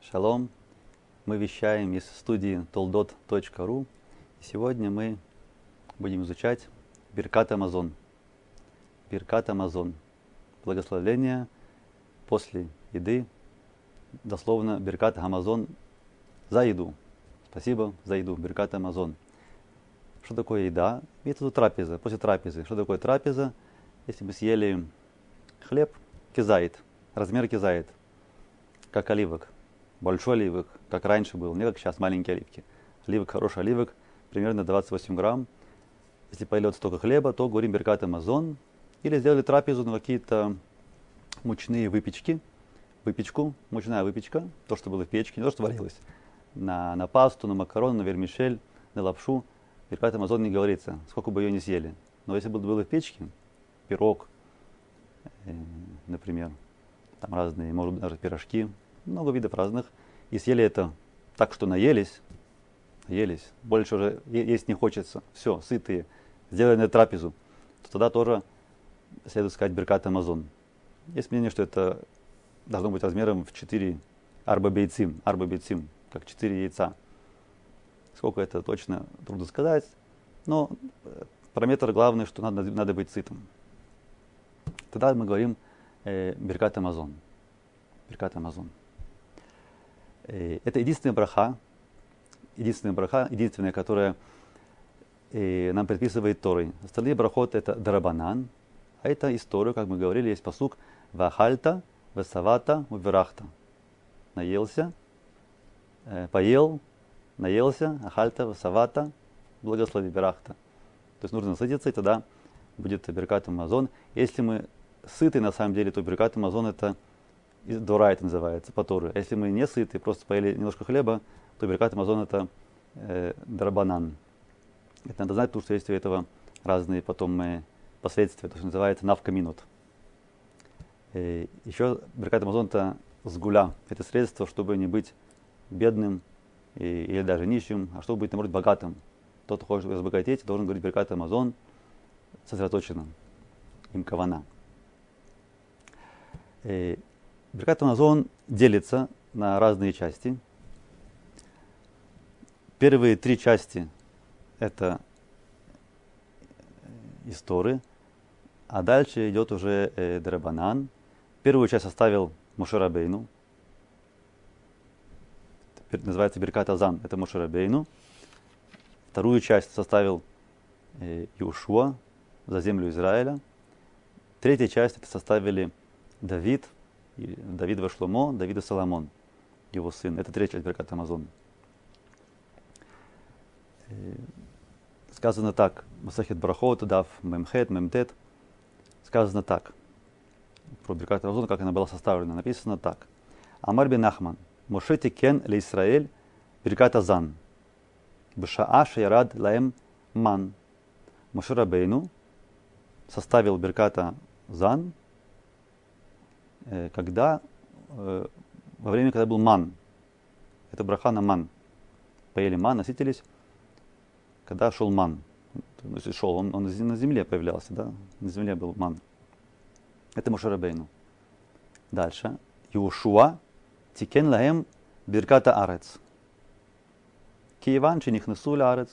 Шалом. Мы вещаем из студии toldot.ru. Сегодня мы будем изучать Биркат Амазон. Биркат Амазон. Благословление после еды. Дословно Биркат Амазон за еду. Спасибо за еду. Биркат Амазон. Что такое еда? Это трапеза. После трапезы. Что такое трапеза? Если мы съели хлеб, кизайт, размер кизайт, как оливок. Большой оливок, как раньше был, не как сейчас, маленькие оливки. Оливок, хороший оливок, примерно 28 грамм. Если пойдет столько хлеба, то говорим Биркат Амазон. Или сделали трапезу на какие-то мучные выпечку, мучная выпечка, то, что было в печке, не то, что варилось. На пасту, на макароны, на вермишель, на лапшу. Биркат Амазон не говорится, сколько бы ее не съели. Но если бы было в печке, пирог, например, там разные, может быть, даже пирожки, много видов разных, и съели это так, что наелись, больше уже есть не хочется, все, сытые, сделали на трапезу, то тогда тоже следует сказать Биркат Амазон. Есть мнение, что это должно быть размером в 4 арба бейцим, как 4 яйца. Сколько это точно, трудно сказать, но параметр главный, что надо быть сытым. Тогда мы говорим Биркат Амазон. Биркат Амазон. Это единственная браха, которая нам предписывает Торой. Остальные брахот это дарабанан, а это история, как мы говорили, есть пасук вахальта, весавата, уверахта. Наелся, поел, наелся, ахальта, весавата, благослови, верахта. То есть нужно насытиться, и тогда будет Биркат Амазон. Если мы сыты на самом деле, то Биркат Амазон это Дора это называется, по Тору. А если мы не сыты, просто поели немножко хлеба, то Биркат Амазон это дарабанан. Это надо знать, потому что есть у этого разные потом последствия, то, что называется навкаминут. Еще Биркат Амазон это сгуля, это средство, чтобы не быть бедным или даже нищим, а чтобы быть, наоборот, богатым. Тот, кто хочет разбогатеть, должен говорить Биркат Амазон сосредоточенно, им кавана. Биркат Амазон делится на разные части. Первые 3 части это истории, а дальше идет уже дарабанан. Первую часть составил Моше Рабейну. Называется Биркат Азан, это Моше Рабейну. Вторую часть составил Иошуа за землю Израиля. Третью часть это составили Давид во Шломо, Давид и Соломон, его сын. Это 3 часть Биркат Амазон. Сказано так, Масахет Брахот, Дав Мемхет, Мемтет. Сказано так, про Биркат Амазон, как она была составлена. Написано так. Амар бен Нахман, Моше тикен ле Исраэль Биркат Азан, Бешаа шейрад лаэм ман. Моше Рабейну составил Биркат Азан, когда во время, когда был ман. Это браха на ман. Поели ман, насытились, когда шел ман. То есть шел, он на земле появлялся, да? На земле был ман. Это Моше Рабейну. Дальше. Иошуа тикен лаэм бирката арец. Киеван чинихнесу арец.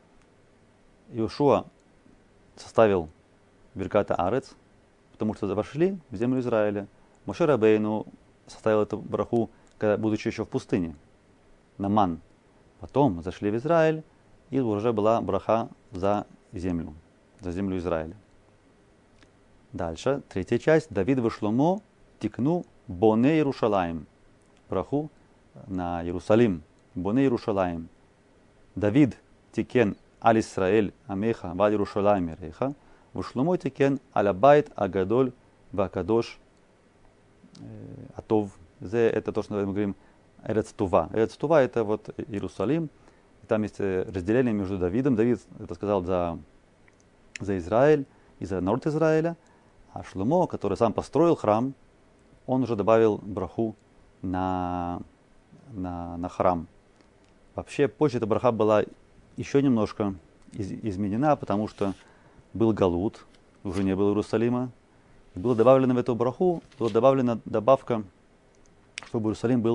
Иошуа составил бирката арец, потому что вошли в землю Израиля. Моше Рабейну составил эту браху, будучи еще в пустыне, на ман. Потом зашли в Израиль, и уже была браха за землю Израиля. Дальше, 3 часть. Давид во Шломо тикну боне Иерушалаим. Браху на Иерусалим. Боне Иерушалаим. Давид тикен аль Исраэль амеха валь Иерушалаим рейха. Во Шломо тикен аль абайт агадоль вакадош Атов. Это то, что мы говорим Эрец Тува. Эрец Тува это вот Иерусалим. И там есть разделение между Давидом. Давид это сказал за Израиль и за народ Израиля. А Шломо, который сам построил храм, он уже добавил браху на храм. Вообще позже эта браха была еще немножко изменена, потому что был галут, уже не было Иерусалима. Было добавлено в эту браху, была добавлена добавка, чтобы Иерусалим был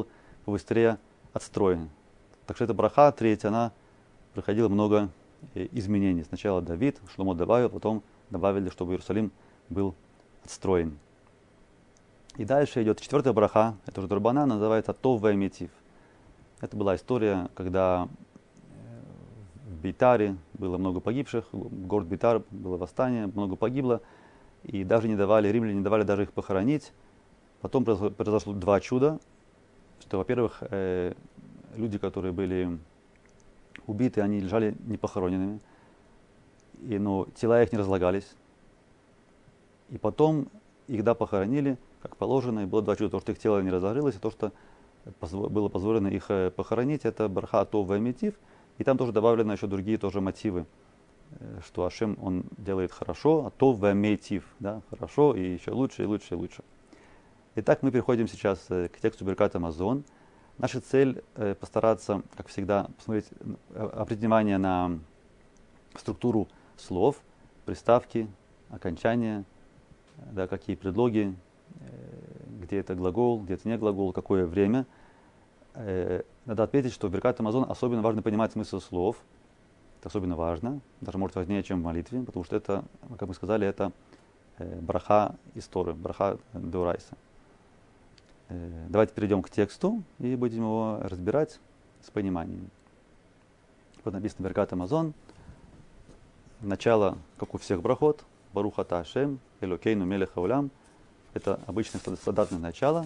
побыстрее отстроен. Так что эта браха, третья, она проходила много изменений. Сначала Давид, Шломо добавил, потом добавили, чтобы Иерусалим был отстроен. И дальше идет четвертая браха, это уже Дорбана, называется Тов ваэметив. Это была история, когда в Бейтаре было много погибших, город Бейтар было восстание, много погибло, и даже не давали, римляне не давали даже их похоронить. Потом произошло два чуда, что, во-первых, люди, которые были убиты, они лежали непохороненными, но тела их не разлагались. И потом их, да, похоронили, как положено, и было два чуда, то, что их тело не разложилось, и то, что было позволено их похоронить, это браха Тов ваэметив, и там тоже добавлены еще другие тоже мотивы, что Ашем, он делает хорошо, а Тов ваэметив, да, хорошо, и еще лучше, и лучше, и лучше. Итак, мы переходим сейчас к тексту Беркат Амазон. Наша цель постараться, как всегда, посмотреть, обратить внимание на структуру слов, приставки, окончания, да, какие предлоги, где это глагол, где это не глагол, какое время. Надо отметить, что в Беркат Амазон особенно важно понимать смысл слов. Это особенно важно, даже может важнее, чем в молитве, потому что это, как мы сказали, это браха из Торы, браха деорайса. Давайте перейдем к тексту и будем его разбирать с пониманием. Вот написано Беркат Амазон. Начало, как у всех брахот, Барух ата Ашем, Элокейну мелех хаолам. Это обычное стандартное начало.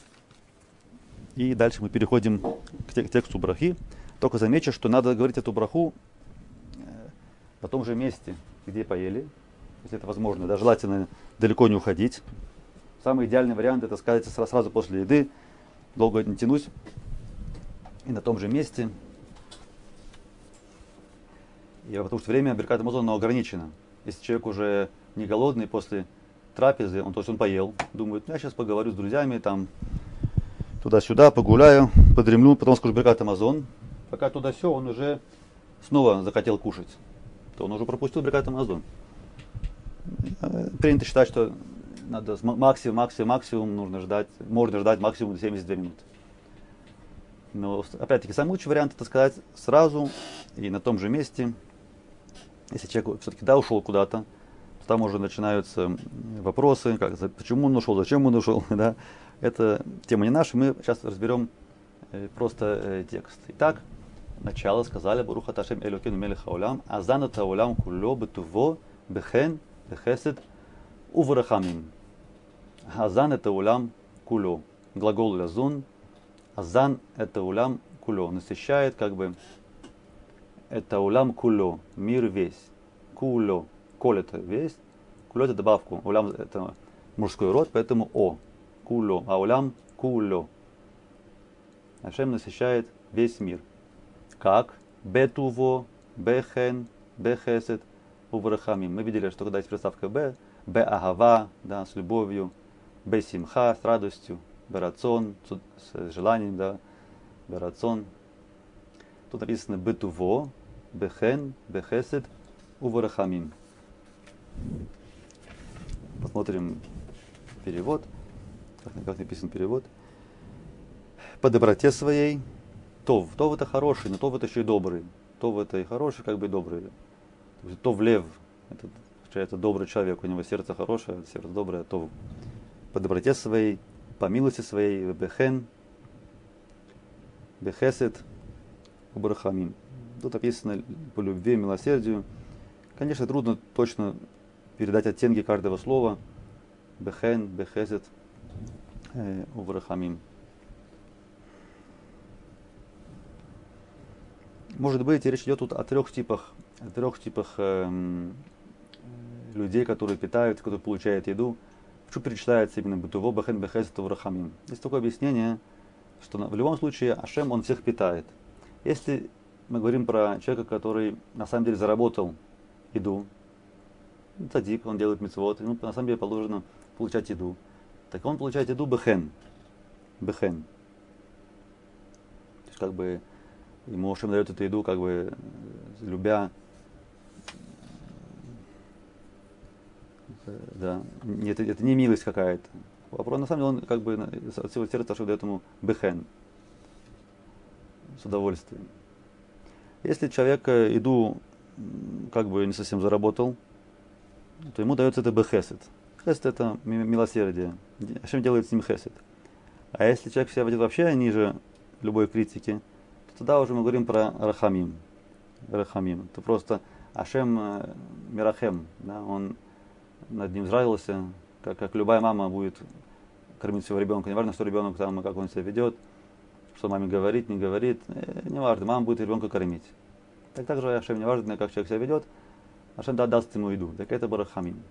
И дальше мы переходим к тексту брахи. Только замечу, что надо говорить эту браху на том же месте, где поели, если это возможно. Да, желательно далеко не уходить. Самый идеальный вариант это сказать сразу после еды, долго не тянуть, и на том же месте. И потому что время Беркат Амазон ограничено. Если человек уже не голодный после трапезы, то есть он поел, думает, я сейчас поговорю с друзьями, там туда-сюда, погуляю, подремлю, потом скажу Беркат Амазон. Пока туда все, он уже снова захотел кушать, то он уже пропустил Беркат Амазон. Принято считать, что надо максимум нужно ждать, можно ждать максимум 72 минуты. Но опять-таки самый лучший вариант это сказать сразу и на том же месте. Если человек все-таки да, ушел куда-то, то там уже начинаются вопросы, почему он ушел, зачем он ушел. Да? Это тема не наша, мы сейчас разберем просто текст. Итак, начало сказали Барух ата Ашем Элокейну мелех хаолам, азан эт хаолам куло бетуво бехен бехесед уварахамим. Азан это улам куло. Глагол лязун. Азан это улам куло. Насыщает как бы это улам куло. Мир весь. Куло. Коль это весь. Куло это добавку. Улам это мужской род, поэтому о. Куло. А улам куло. Ашем насыщает весь мир. Как? Бетуво, бехен, бехесед, уварахамим. Мы видели, что когда есть приставка б, бе-агава, да, с любовью, бе-симха, с радостью, бе-рацон, с желанием, да, бе-рацон. Тут написано бетуво, бехен, бехесед, уварахамим. Посмотрим перевод. Как написан перевод. По доброте своей. Тов. Тов это хороший, но Тов это еще и добрый. Тов это и хороший, как бы и добрый. Тов лев. Это добрый человек, у него сердце хорошее, сердце доброе, Тов. По доброте своей, по милости своей, бехен, бехесед, убрахамим. Тут написано по любви, милосердию. Конечно, трудно точно передать оттенки каждого слова. Бехен, бехесед, убрахамим. Может быть, речь идет тут о трех типах людей, которые питают, которые получают еду. Почему перечисляется именно бытуво, бахен, бехесед, уврахамим? Есть такое объяснение, что в любом случае Ашем, он всех питает. Если мы говорим про человека, который на самом деле заработал еду, цадик, он делает мицвот, ему на самом деле положено получать еду, так он получает еду бехен. Бехен. То есть как бы ему Ашем дает эту еду, как бы любя, да, это не милость какая-то. На самом деле он как бы от всего сердца Ашем дает ему бехен. с удовольствием. Если человек еду как бы не совсем заработал, то ему дается это бехесед. Хесед это милосердие. Ашем делает с ним хесед. А если человек себя ведет вообще ниже любой критики, то тогда уже мы говорим про рахамим. Рахамим. Это просто Ашем Мирахем. Да? Он над ним сжалился, как любая мама будет кормить своего ребенка. Не важно, что ребенок там, как он себя ведет, что маме говорит, не говорит. Не важно, мама будет ребенка кормить. Так же Ашем, не важно, как человек себя ведет, Ашем даст ему еду. Так это барахамим.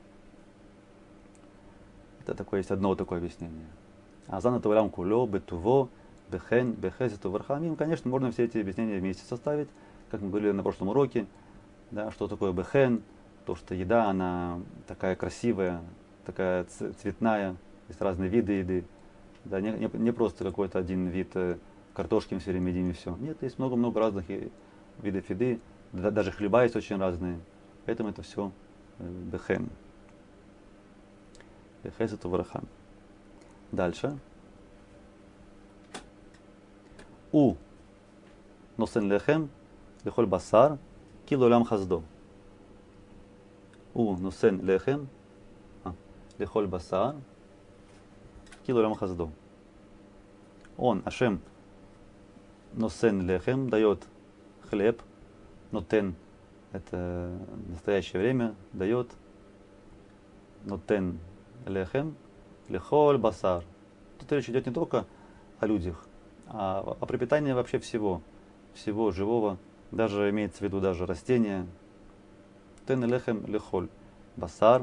Это такое, есть одно такое объяснение. Азан это валям куло, бетуво, бехен, бехесету, вархамим. Конечно, можно все эти объяснения вместе составить, как мы говорили на прошлом уроке. Да, что такое бехен, то, что еда, она такая красивая, такая цветная, есть разные виды еды. Да, не просто какой-то один вид картошки мы все время едим и все. Нет, есть много-много разных видов еды, даже хлеба есть очень разные. Поэтому это все бехен. Бехесету, вархам. Дальше. У носен лехем лехоль басар килолям хаздо. У носен лехем лехоль басар килолям хаздо. Он, Ашем, носен лехем, дает хлеб, нотен, это настоящее время, дает нотен лехем, лехоль басар. Тут речь идет не только о людях, а о пропитании вообще всего живого, даже имеется в виду даже растения. Тен лехем лехоль басар,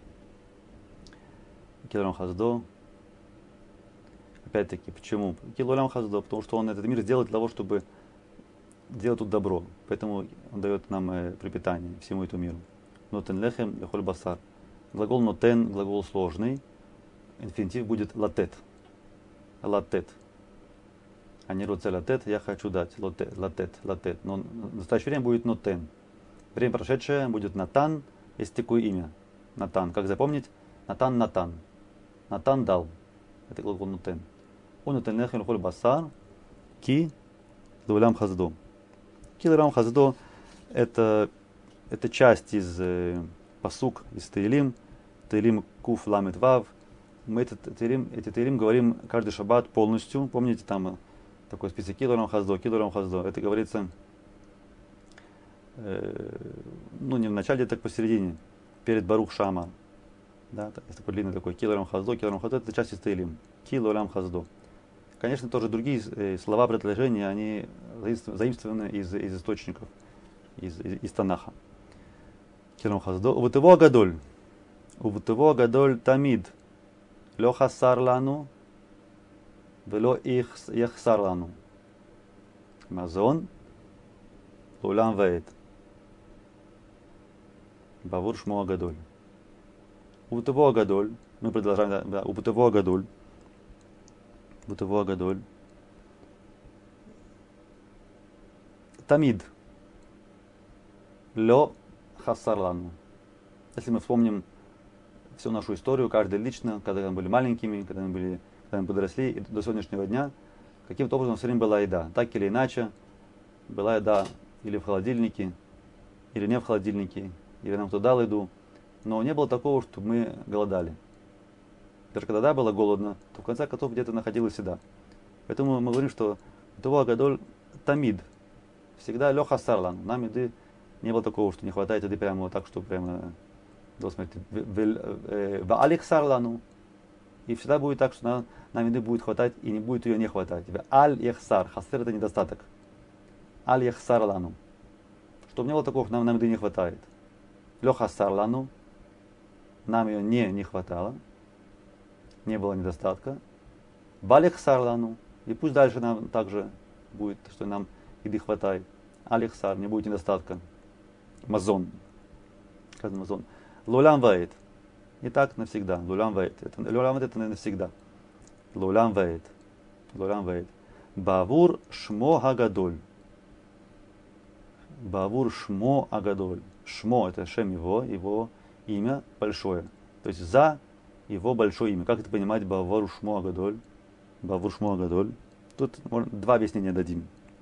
килолям хаздо. Опять-таки, почему? Килолям хаздо, потому что он этот мир сделал для того, чтобы делать тут добро. Поэтому он дает нам пропитание всему этому миру. Нотен лехем лехоль басар. Глагол нотен, глагол сложный. Инфинитив будет латет. Латет. А не роце латет, я хочу дать. Латет, латет. Но в настоящее время будет нотен. Время прошедшее будет натан. Есть такое имя. Натан. Как запомнить? Натан, Натан. Натан дал. Это глагол нотен. Он нотен лехем лехоль басар. Ки лулям хаздо. Ки лулям хаздо это часть из пасук из Теилим. Теилим куф ламет вав. Мы эти Теилим говорим каждый шаббат полностью. Помните, там такой список килорам хаздо. Это говорится, не в начале, так посередине, перед Барух Шама. Да, есть такой длинный такой килорам хаздо. Это часть из Теилим. Килорам хаздо. Конечно, тоже другие слова, предложения, они заимствованы из источников, из Танаха. Килорам хаздо. Увтево гадоль. Увтево гадоль тамид. Ло хасар лану, вело ихсар лану. Мазон, лулам ваэт. Бавур шмо агадоль. Убутево агадоль. Мы продолжаем, да, убутево агадоль. Убутево агадоль. Тамид. Ло хасар лану. Если мы вспомним всю нашу историю, каждый лично, когда мы были маленькими, когда мы подросли, и до сегодняшнего дня, каким-то образом все время была еда. Так или иначе, была еда или в холодильнике, или не в холодильнике, или нам кто дал еду. Но не было такого, чтобы мы голодали. Даже когда да, было голодно, то в конце концов где-то находилась еда. Поэтому мы говорим, что того гадоль тамид. Всегда леха сарлан. Нам еды не было такого, что не хватает еды прямо вот так, что прямо до смерти. Ваалих сарлану. И всегда будет так, что нам еды будет хватать и не будет ее не хватать. Аль яхсар. Хасер это недостаток. Аль яхсар лану. Чтобы не было такого, что нам еды не хватает. Леха сарлану. Нам ее не хватало. Не было недостатка. Балих сарлану. И пусть дальше нам также будет, что нам еды хватает. Алих сар. Не будет недостатка. Мазон. Мазон. Лулям ваэт. Не так навсегда. Лулям ваэт. Лулям ваэт это навсегда. Лулям ваэт. Лулям ваэт. Бавур шмо агадоль. Бавур шмо агадоль. Шмо это шем его имя большое. То есть за его большое имя. Как это понимать? Бавур шмо агадоль. Бавур шмо агадоль. Тут два объяснения дадим.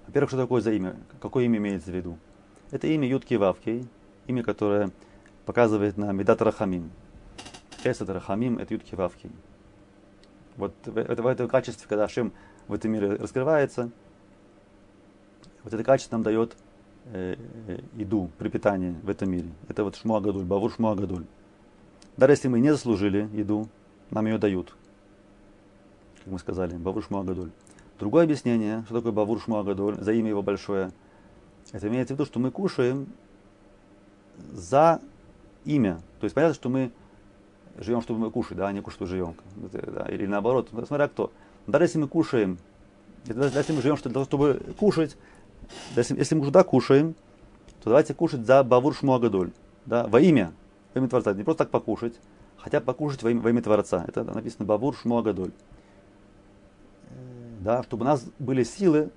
Во-первых, что такое за имя? Какое имя имеется в виду? Это имя Ютки Вавки, имя, которое показывает на Медат Рахамим. Эсад Рахамим – это Ютки Вавки. Вот в этом качестве, когда Ашем в этом мире раскрывается, вот это качество нам дает еду, пропитание в этом мире. Это вот Шмуа Гадоль, Бавур Шмуа Гадоль. Даже если мы не заслужили еду, нам ее дают. Как мы сказали, Бавур Шмуа Гадоль. Другое объяснение, что такое Бавур Шмуа Гадоль, за имя его большое, это имеется в виду, что мы кушаем за имя. То есть понятно, что мы живем, чтобы мы кушать, да, а не кушать, чтобы живем. Да, или наоборот, смотря кто. Даже если мы кушаем, если мы живем, чтобы кушать, если мы уже да, кушаем, то давайте кушать за Бавур Шмуа Гадоль. Да, во имя Творца. Не просто так покушать, хотя покушать во имя Творца. Это написано Бавур Шмуа Гадоль. Да, чтобы у нас были силы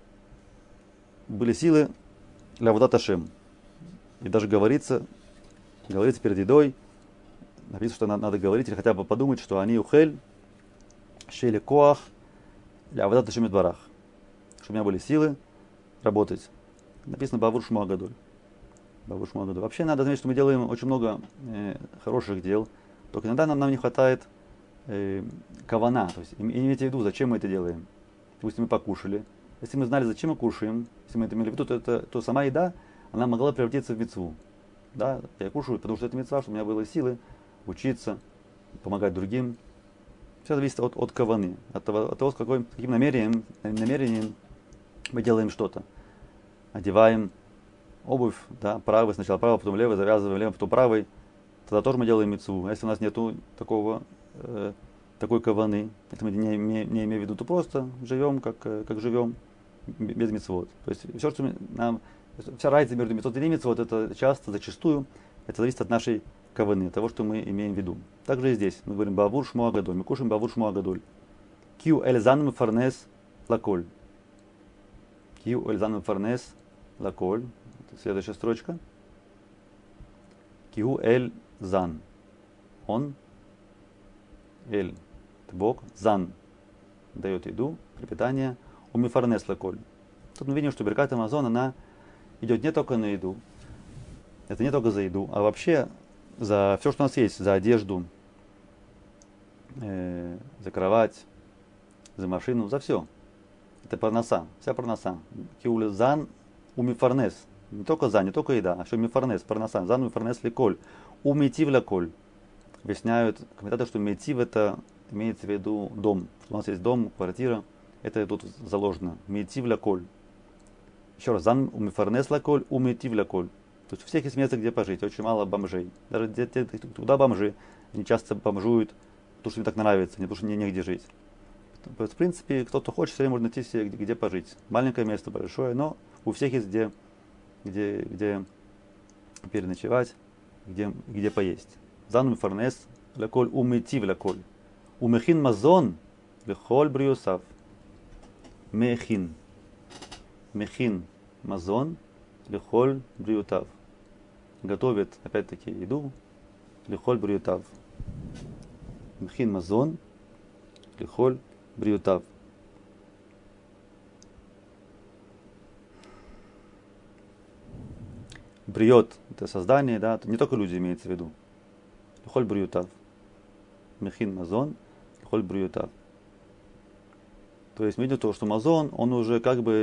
для Аводат Ашем. И даже говорится перед едой, написано, что надо говорить или хотя бы подумать, что они ухель, шели коах, для Аводат Ашем Идбарах. Чтобы у меня были силы работать. Написано Бавур Шмуа Гадоль. Бавур Шмуа Гадоль. Вообще надо заметить, что мы делаем очень много хороших дел, только иногда нам не хватает кавана. То есть имейте в виду, зачем мы это делаем. Допустим, мы покушали. Если мы знали, зачем мы кушаем, если мы это имели в виду, то сама еда, она могла превратиться в мицву. Да, я кушаю, потому что это мицва, чтобы у меня было силы учиться, помогать другим. Все зависит от каваны, от того, с каким намерением мы делаем что-то. Одеваем обувь, да, правой, сначала правой, потом левой, завязываем левой, потом правой. Тогда тоже мы делаем мицву. А если у нас нету такой каваны, это мы не имеем в виду, то просто живем, как живем, без мицвот. То есть все, что вся разница между мицвот и не мицвот, это зачастую, это зависит от нашей каваны, от того, что мы имеем в виду. Также и здесь. Мы говорим Бавур Шмуа Гадоль. Мы кушаем Бавур Шмуа Гадоль. Кью эльзан фарнес лаколь. Кью эльзан фарнес лаколь. Следующая строчка. Кью эль зан. Он, эль, это Бог, зан, дает еду, пропитание, умифарнес лаколь. Тут мы видим, что Беркат Амазон, она идет не только на еду, это не только за еду, а вообще за все, что у нас есть, за одежду, за кровать, за машину, за все. Это парноса, вся парноса. Киуле зан умифарнес. Не только зан, не только еда, а еще мифарнес, парноса. Зан умифарнес леколь. Умитив леколь. Объясняют комментаторы, что митив это имеется в виду дом. У нас есть дом, квартира, это тут заложено. Митив леколь. Еще раз, зан умифарнес леколь, умитив леколь. То есть у всех есть место, где пожить, очень мало бомжей. Даже туда бомжи, они часто бомжуют, потому что им так нравится, не потому что негде жить. В принципе, кто-то хочет, все время можно найти себе, где пожить. Маленькое место, большое, но у всех есть где переночевать, где поесть. Зану фарнес леколь умитив леколь. Умехин мазон лехоль бриусав. Мехин мазон лехоль бриутав. Готовит, опять-таки, еду лехоль бриутав. Мехин мазон лехоль бриутав. Бриот – это создание, да, не только люди имеется в виду. Лехоль бриутав. Мехин мазон лехоль бриутав. То есть мы видим то, что мазон, он уже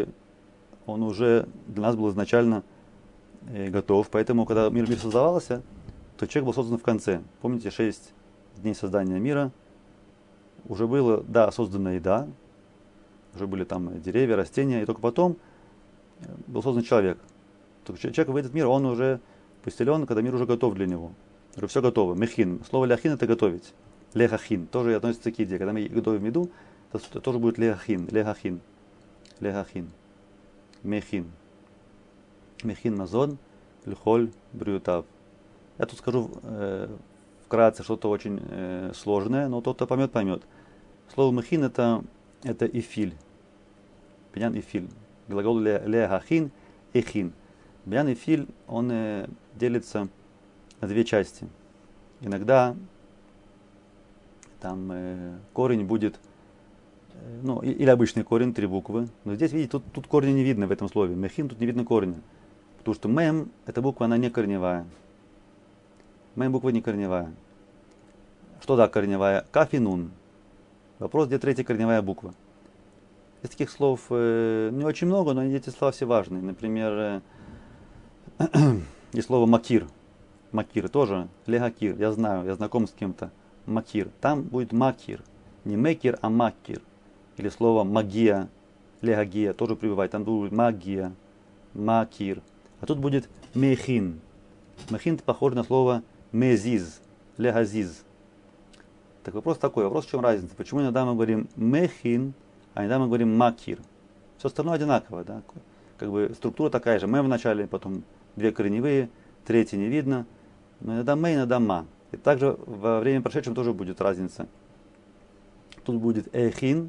для нас был изначально готов. Поэтому, когда мир создавался, то человек был создан в конце. Помните, 6 дней создания мира. Уже было, да, создана еда, уже были там деревья, растения, и только потом был создан человек. Человек в этот мир, он уже поселен, когда мир уже готов для него. Уже все готово. Мехин. Слово ляхин это готовить. Лехахин. Тоже относится к еде. Когда мы готовим еду, то тоже будет лехахин. Лехахин. Мехин. Мехин мазон, льхоль бриутав. Я тут скажу вкратце что-то очень сложное, но тот, кто поймет. Слово мехин это ифиль. Биньян ифиль. Глагол лехахин, эхин. Биньян ифиль, он делится на две части. Иногда там корень будет ну, или обычный корень, 3 буквы. Но здесь, видите, тут корня не видно в этом слове. Мехин, тут не видно корня. Потому что мем, эта буква, она не корневая. Мем буква не корневая. Что да, корневая? Каф и нун. Вопрос, где 3-я корневая буква. Из таких слов не очень много, но эти слова все важные. Например, есть слово макир. Макир тоже. Легакир. Я знаю, я знаком с кем-то. Макир. Там будет макир. Не мекир, а макир. Или слово магия. Легагия. Тоже прибывает. Там будет магия. Макир. А тут будет мехин. Мехин похож на слово мезиз. Легазиз. Так вопрос такой. Вопрос, в чем разница? Почему иногда мы говорим мехин, а иногда мы говорим макир? Все остальное одинаково. Да? Как бы структура такая же. Мем в начале, потом 2 корневые, 3 не видно. Но иногда мэ, иногда ма. И также во время прошедшем тоже будет разница. Тут будет эхин,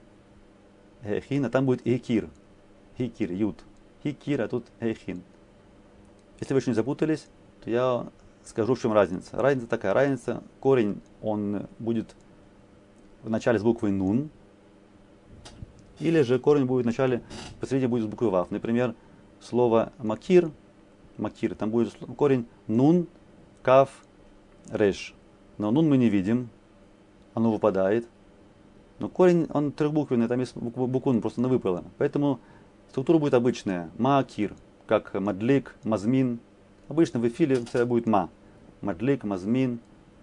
а там будет экир. Хикир, ют. Хикир, а тут эхин. Если вы еще не запутались, то я скажу, в чем разница. Разница такая. Разница, корень, он будет в начале с буквой нун. Или же корень будет в начале, посередине будет с буквой вав. Например, слово макир, там будет корень нун, каф, реш. Но нун мы не видим, оно выпадает. Но корень, он трехбуквенный, там есть буква нун, просто она выпала. Поэтому структура будет обычная. Макир, как мадлик, мазмин. Обычно в эфиле всегда будет ма. Мадлик, мазмин,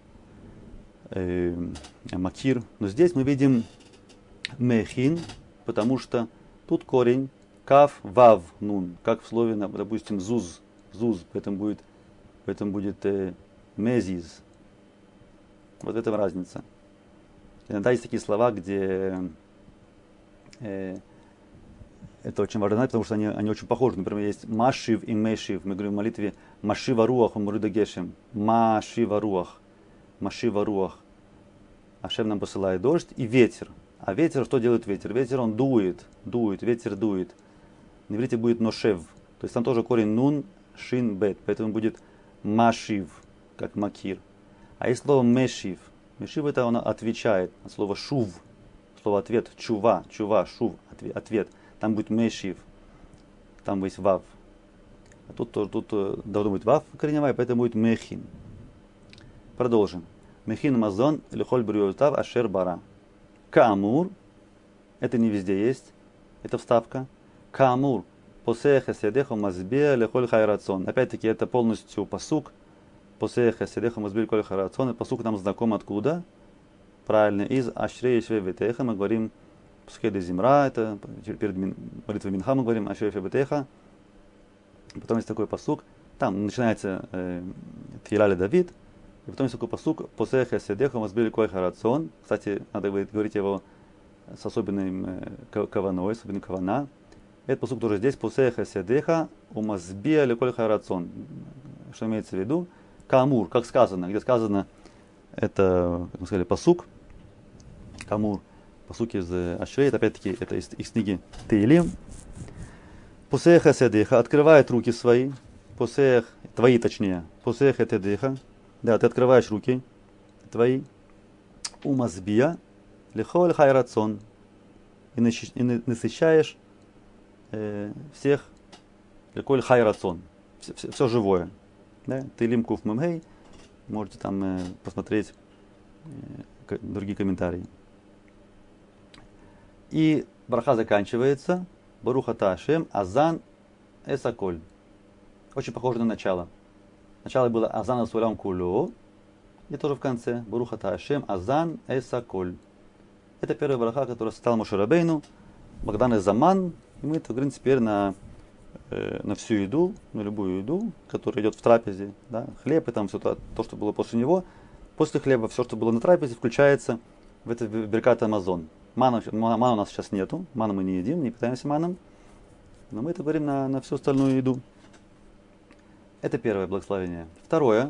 макир. Но здесь мы видим мехин, потому что тут корень каф, вав, нун. Как в слове, допустим, зуз. Поэтому будет мезиз. Вот в этом разница. Иногда есть такие слова, где это очень важно знать, потому что они очень похожи. Например, есть машив и мешив. Мы говорим в молитве машива руах умруда гешем. Машива руах. Ашем нам посылает дождь и ветер. А ветер, что делает ветер? Ветер, он ветер дует. На иврите будет ношев. То есть там тоже корень нун, шин, бет. Поэтому будет машив, как макир. А есть слово мешив. Мешив это он отвечает. От слова шув. Слово ответ. Чува, шув. Ответ. Там будет мешив. Там есть вав. А тут должно быть вав корневая, поэтому будет мехин. Продолжим. Мехин мазон лихоль брюотав ашер бара. Каамур. Это не везде есть. Это вставка. Каамур. Посеха седеха мазбе лихоль хайрацон. Опять-таки это полностью пасук. Посеха седеха мазбе лихоль хайрацон. И пасук нам знаком откуда? Правильно. Из ашрей швей ветеха мы говорим пускай до зимра. Это перед молитвой Минха мы говорим ашрей швей ветеха. Потом есть такой пасук. Там начинается Тфилале Давид. И потом есть такой пасук «Посеха седеха мазбили кой харацон». Кстати, надо говорить его с особенным каваной, особенным кавана. Этот пасук тоже здесь «Посеха седеха умазбили кой харацон». Что имеется в виду? Камур, как сказано. Где сказано, это, как мы сказали, пасук. Камур, пасук из Ашрей. Это опять-таки это из книги Теилим. «Посеха седеха» открывает руки свои. «Посех», твои точнее. «Посеха седеха». Да, ты открываешь руки твои, умазбия, лихоль хайрацон, и насыщаешь всех, лихоль хайрацон, все живое. Да? Ты лимкув мемгей, можете там посмотреть другие комментарии. И браха заканчивается, баруха ташем, азан эсаколь. Очень похоже на начало. Сначала было Азан Асулям Кулю, и тоже в конце Баруха Таашем Азан Эсаколь. Это первая браха, которая стала Моше Рабейну, Богдан Заман. И мы это говорим теперь на всю еду, на любую еду, которая идет в трапезе. Да? Хлеб и там все то, что было после него. После хлеба все, что было на трапезе, включается в это Беркат Амазон. Мана у нас сейчас нету, ману мы не едим, не питаемся маном. Но мы это говорим на всю остальную еду. Это первое благословение. Вторая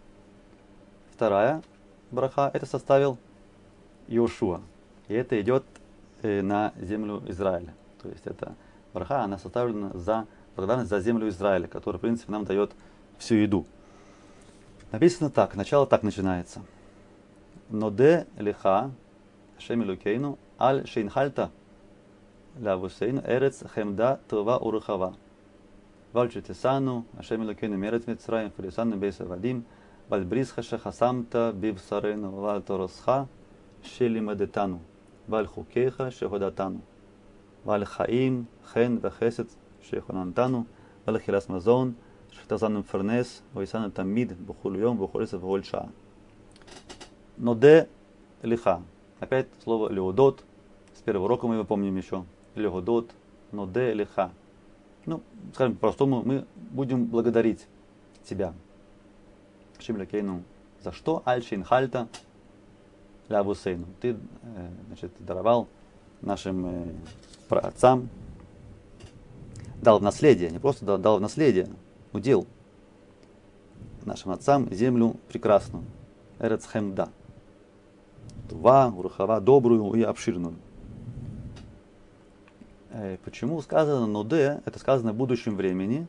браха, это составил Йошуа. И это идет на землю Израиля. То есть эта браха, она составлена за благодарность за землю Израиля, которая, в принципе, нам дает всю еду. Написано так, начало так начинается. Ноде лиха, Ашем Элокейну, аль шейнхальта лавусейну эрец хемда това урухава. Вальчетесану, Ашем Элокейну мерец Мицраим, Фарисану бейса вадим, вальбрисха шахасамта бивсарейну вальторосха шелимадетану, вальхукеха шеходатану, вальхаим хен вехесет шехонантану, вальхилас мазон, шехтазану фернес, вайсану тамид, бухульем, бухулиса вольша. Ноде лиха. Опять слово леодот. С первого урока мы его помним еще. Леодот, ноде лиха. Ну, скажем по-простому, мы будем благодарить тебя. Шимлякейну. За что? Альшин хальта лявусейну. Ты, значит, даровал нашим праотцам, дал в наследие, не просто дал в наследие, удел нашим отцам землю прекрасную. Эрец хемда. Тува, урухава, добрую и обширную. Почему сказано ноде, это сказано в будущем времени.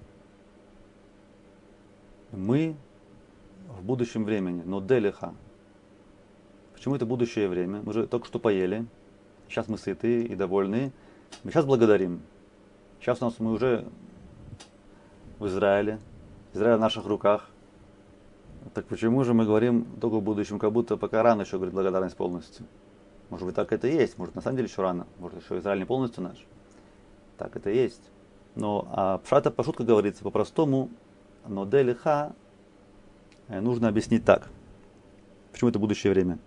Мы в будущем времени, ноде лиха. Почему это будущее время? Мы же только что поели, сейчас мы сыты и довольны. Мы сейчас благодарим. Сейчас мы уже в Израиле, Израиль в наших руках. Так почему же мы говорим только в будущем, как будто пока рано еще говорить благодарность полностью? Может быть, так это и есть. Может, на самом деле еще рано. Может, еще Израиль не полностью наш. Так это и есть. Но пшата пашутка говорится по-простому. Но делиха нужно объяснить так. Почему это будущее время?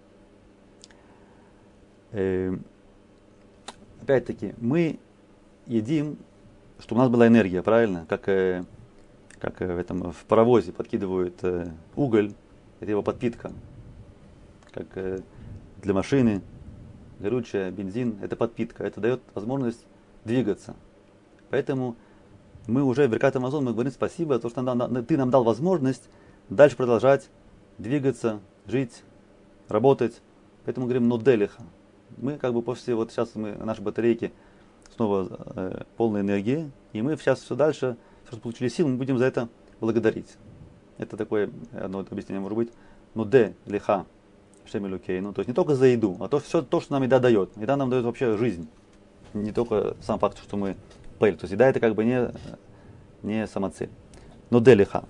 Опять-таки, мы едим, чтобы у нас была энергия, правильно? Как в паровозе подкидывают уголь, это его подпитка. Как для машины, горючее, бензин, это подпитка, это дает возможность двигаться. Поэтому мы уже в Беркат Амазон мы говорим спасибо за то, что ты нам дал возможность дальше продолжать двигаться, жить, работать. Поэтому говорим ноделиха. Мы как бы после, вот сейчас наши батарейки снова полной энергии, и мы сейчас все дальше, все, что получили сил, мы будем за это благодарить. Это такое одно объяснение может быть. Ноделиха. Ну, то есть не только за еду, а все то, что нам еда дает. Еда нам дает вообще жизнь. Не только сам факт, что мы поели. То есть еда это как бы не самоцель. Но делиха.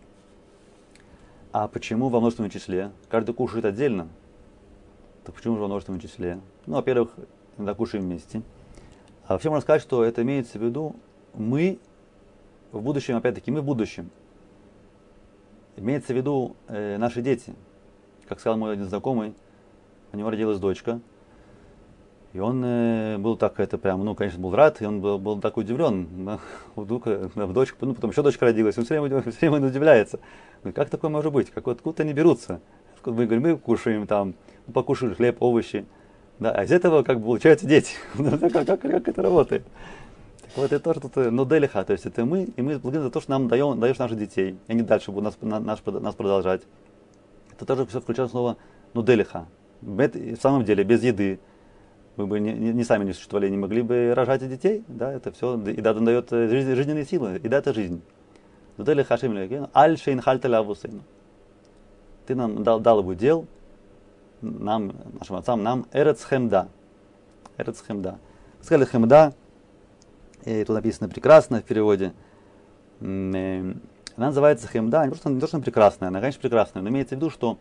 А почему во множественном числе? Каждый кушает отдельно. Так почему же во множественном числе? Ну, во-первых, иногда кушаем вместе. А вообще можно сказать, что это имеется в виду мы в будущем, опять-таки, мы в будущем. Имеется в виду наши дети. Как сказал мой один знакомый, у него родилась дочка. И он был так, конечно, был рад, и он был так удивлен. Вдруг в дочку, потом еще дочка родилась, он все время удивляется. Как такое может быть? Откуда они берутся? Мы говорим, мы кушаем там, покушали хлеб, овощи. Да, а из этого как бы получаются дети. Как это работает? Так вот, это тоже тут ноделиха, то есть это мы, и мы благодарим за то, что нам даешь наших детей. И они дальше будут нас продолжать. Это тоже все включает слово нуделиха. В самом деле, без еды мы бы не сами не существовали, не могли бы рожать детей. Да, это все, еда дает жизненные силы, еда это жизнь. Нуделиха шимлякейну, аль шейн хальта лавусейну. Ты нам дал его дел, нам, нашим отцам, нам эрец хемда. Эрец хемда. Сказали хемда, и тут написано прекрасно в переводе. Она называется хемда, не то, что она прекрасная, она, конечно, прекрасная, но имеется в виду, что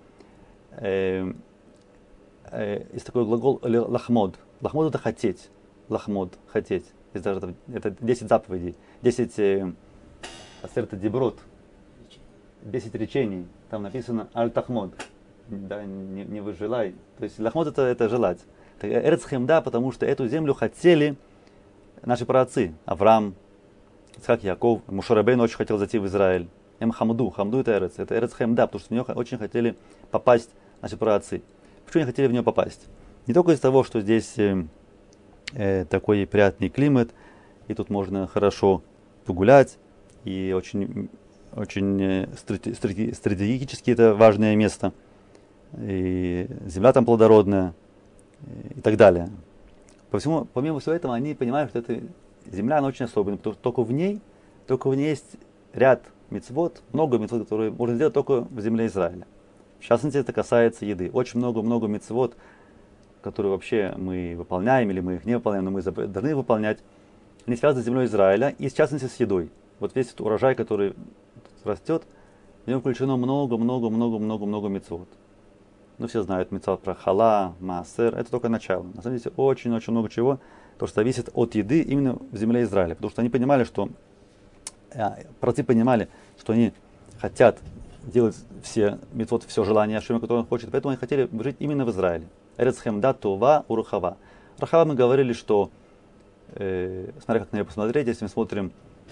есть такой глагол лахмод. Лахмод это хотеть. Лахмод, хотеть. Есть даже это 10 заповедей, 10 асерта деброд, 10 речений. Там написано аль-тахмод. Да, не выжелай. То есть лахмод это желать. Эрец хемда, потому что эту землю хотели наши праотцы. Авраам, Ицхак, Яков, Моше Рабейну очень хотел зайти в Израиль. Хамду это Эрец Хемда, потому что в нее очень хотели попасть наши праотцы. Почему они хотели в нее попасть? Не только из-за того, что здесь такой приятный климат, и тут можно хорошо погулять, и очень стратегически это важное место, и земля там плодородная, и так далее. Помимо всего этого, они понимают, что эта земля, она очень особенная, потому что только в ней есть ряд мицвот, много мицвот, которые можно сделать только в земле Израиля. В частности, это касается еды. Очень много мицвот, которые вообще мы выполняем, или мы их не выполняем, но мы должны выполнять, они связаны с землей Израиля и, в частности, с едой. Вот весь этот урожай, который растет, в нем включено много мицвот. Ну, все знают мицвот про хала, маасер, это только начало. На самом деле, очень-очень много чего, то, что зависит от еды именно в земле Израиля. Потому что они понимали, что, праотцы понимали, что они хотят делать все мицвот, все желания Ашема, которое он хочет, поэтому они хотели жить именно в Израиле. Эрец хемда това урухава. Рахава мы говорили, что, смотря как на нее посмотреть, если мы смотрим,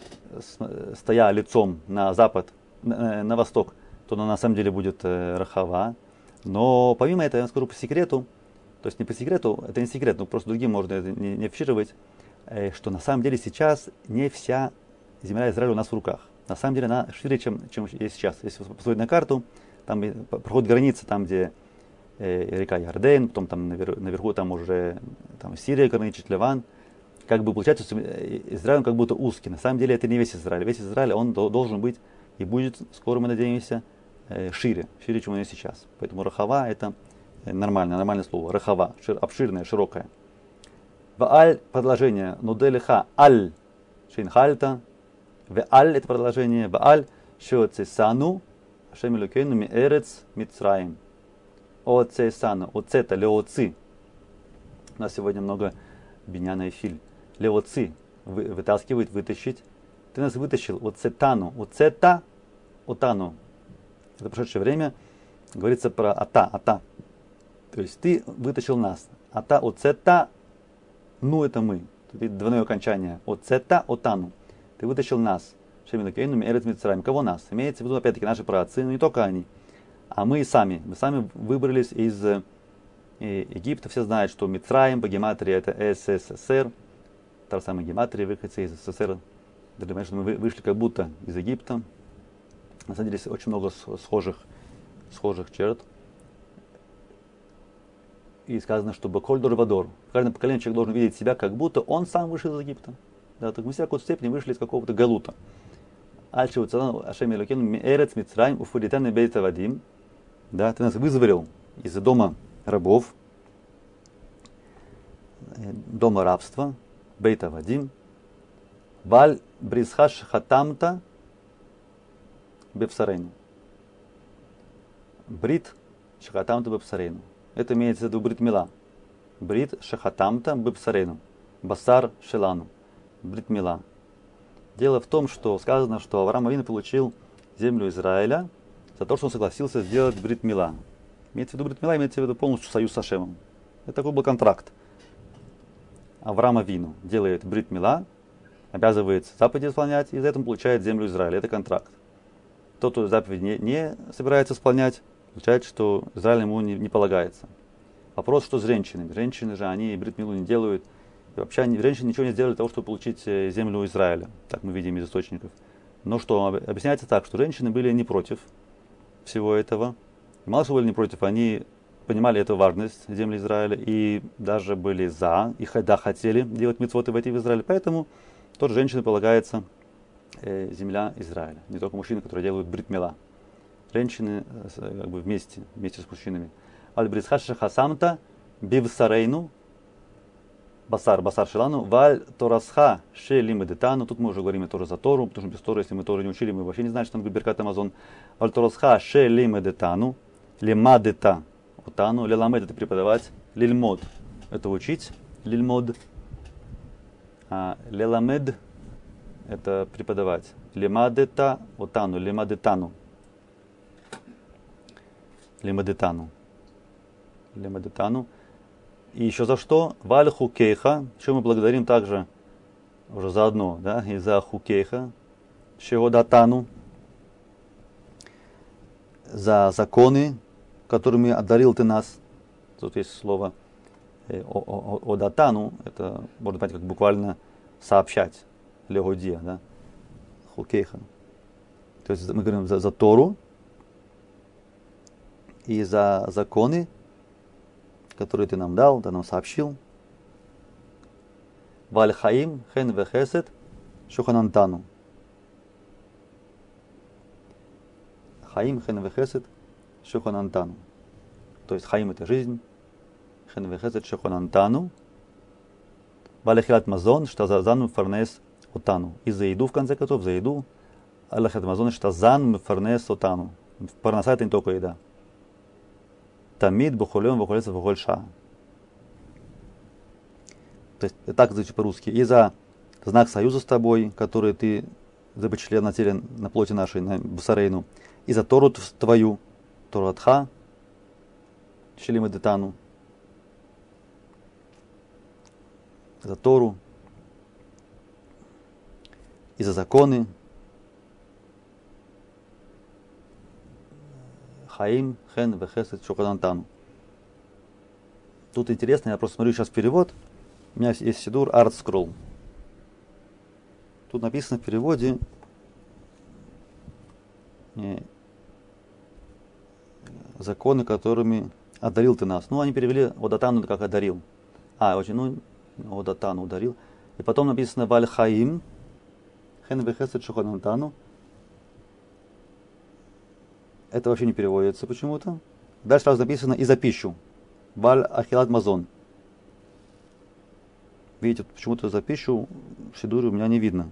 стоя лицом на запад, на восток, то она на самом деле будет рахава. Но помимо этого, я вам скажу по секрету, то есть не по секрету, это не секрет, но просто другим можно это не афишировать, что на самом деле сейчас не вся земля Израиля у нас в руках. На самом деле она шире, чем есть сейчас. Если вы посмотрите на карту, там проходит граница, там где река Ярден, потом там наверху там уже там Сирия граничит, Ливан. Как бы получается, что Израиль он как будто узкий. На самом деле это не весь Израиль. Весь Израиль он должен быть и будет, скоро мы надеемся, шире, чем он есть сейчас. Поэтому рахава это нормальное слово. Рахава, обширное, широкое. Вааль продолжение. Нуделиха аль шинхальта. Вааль это продолжение. Вааль шоцесану Ашем Элокейну миэрец Мицраим. Оцесану. Оцета леоци. У нас сегодня много биняна и филь. Леоци. Вытаскивает, вытащить. Ты нас вытащил. Оцетану. Оцета. Отану. Это прошедшее время говорится про ата. То есть ты вытащил нас. Ата оцета, ну это мы. Тут двойное окончание. Оцета отану. Ты вытащил нас. Шемилакейну миэрец Мицраим. Кого нас? Имеется в виду опять-таки наши праотцы, но не только они. А мы сами. Мы сами выбрались из Египта. Все знают, что Мицраим по гематрии это СССР. Та же самая гематрия, выходцы из СССР. Для того, что мы вышли как будто из Египта. На самом деле очень много схожих черт. И сказано, что Баколь Дорвадор. В каждом поколении человек должен видеть себя, как будто он сам вышел из Египта. Да, так мы все в какой-то степени вышли из какого-то галута. Альши уцалан Ашем Элокейну миэрец Мицраим уфудитан бейта вадим. Да, ты нас вызволил из дома рабов, дома рабства, бейта вадим. Валь брисхаш хатамта бепсарейну. Брит шахатамта бепсарейну. Это имеется в виду брит мила. Брит шахатамта бепсарейну. Басар шелану. Брит мила. Дело в том, что сказано, что Авраам Авину получил землю Израиля за то, что он согласился сделать брит мила. Имеется в виду брит мила, имеется в виду полностью союз с Ашемом. Это такой был контракт. Авраам Авину делает брит мила, обязывается заповеди исполнять, и за это получает землю Израиля. Это контракт. Тот, кто заповеди не собирается исполнять, получается, что Израиль ему не полагается. Вопрос, что с женщинами. Женщины же, они брит милу не делают. И вообще женщины ничего не сделали для того, чтобы получить землю Израиля. Так мы видим из источников. Но что объясняется так, что женщины были не против всего этого. И мало что были не против, они понимали эту важность земли Израиля и даже были за, и хотели делать мицвоты войти в Израиль. Поэтому тоже женщине полагается земля Израиля. Не только мужчины, которые делают брит мила. Женщины как бы вместе с мужчинами. Аль-брисхаша хасамта бивсарейну басар шелану валь торасха шелимедетану. Тут мы уже говорим тоже за Тору, потому что без Торы, если мы Тору не учили, мы вообще не знаем, что там Беркат Амазон. Валь торасха шелимедетану лемадета утану. Леламед это преподавать, лильмод это учить, лильмод. А леламед это преподавать. Лемадета утану, лемадетану. Лемадетану. И еще за что? Валь хукейха. Еще мы благодарим также уже заодно, да, и за хукейха. Шеодатану. За законы, которыми одарил ты нас. Тут есть слово одатану. Это можно понять как буквально сообщать. Легодия, да. Хукейха. То есть мы говорим за Тору и за законы, которые ты нам дал, ты нам сообщил. Валь хаим хен вехесет шуханантану. Хаим хен вехесет шуханантану. То есть хаим это жизнь, хен вехесед шехонантану, валехилат мазон, что зану фарнес отану. И за еду, в конце концов, за еду, алехилат мазон, что зан фарнес отану. Парноса это не только еда. Тамид бухолем бухолец бухоль ша. То есть так звучит по-русски. И за знак союза с тобой, который ты запечатлел на теле, на плоти нашей, на Бусарейну, и за Тору твою, Тору Атха, Шелим Эдетану, за Тору, и за законы, Хаим, Хен, Вехесет, Шоханантану. Тут интересно, я просто смотрю сейчас перевод. У меня есть Сидур Art Scroll. Тут написано в переводе законы, которыми одарил ты нас. Ну, они перевели Одатану как одарил. Одатану ударил. И потом написано Валь Хаим, Хен Вехесет Шоханантану. Это вообще не переводится почему-то. Дальше сразу написано и за пищу. Валь Ахилат Мазон. Видите, почему-то за пищу в Сидуре у меня не видно.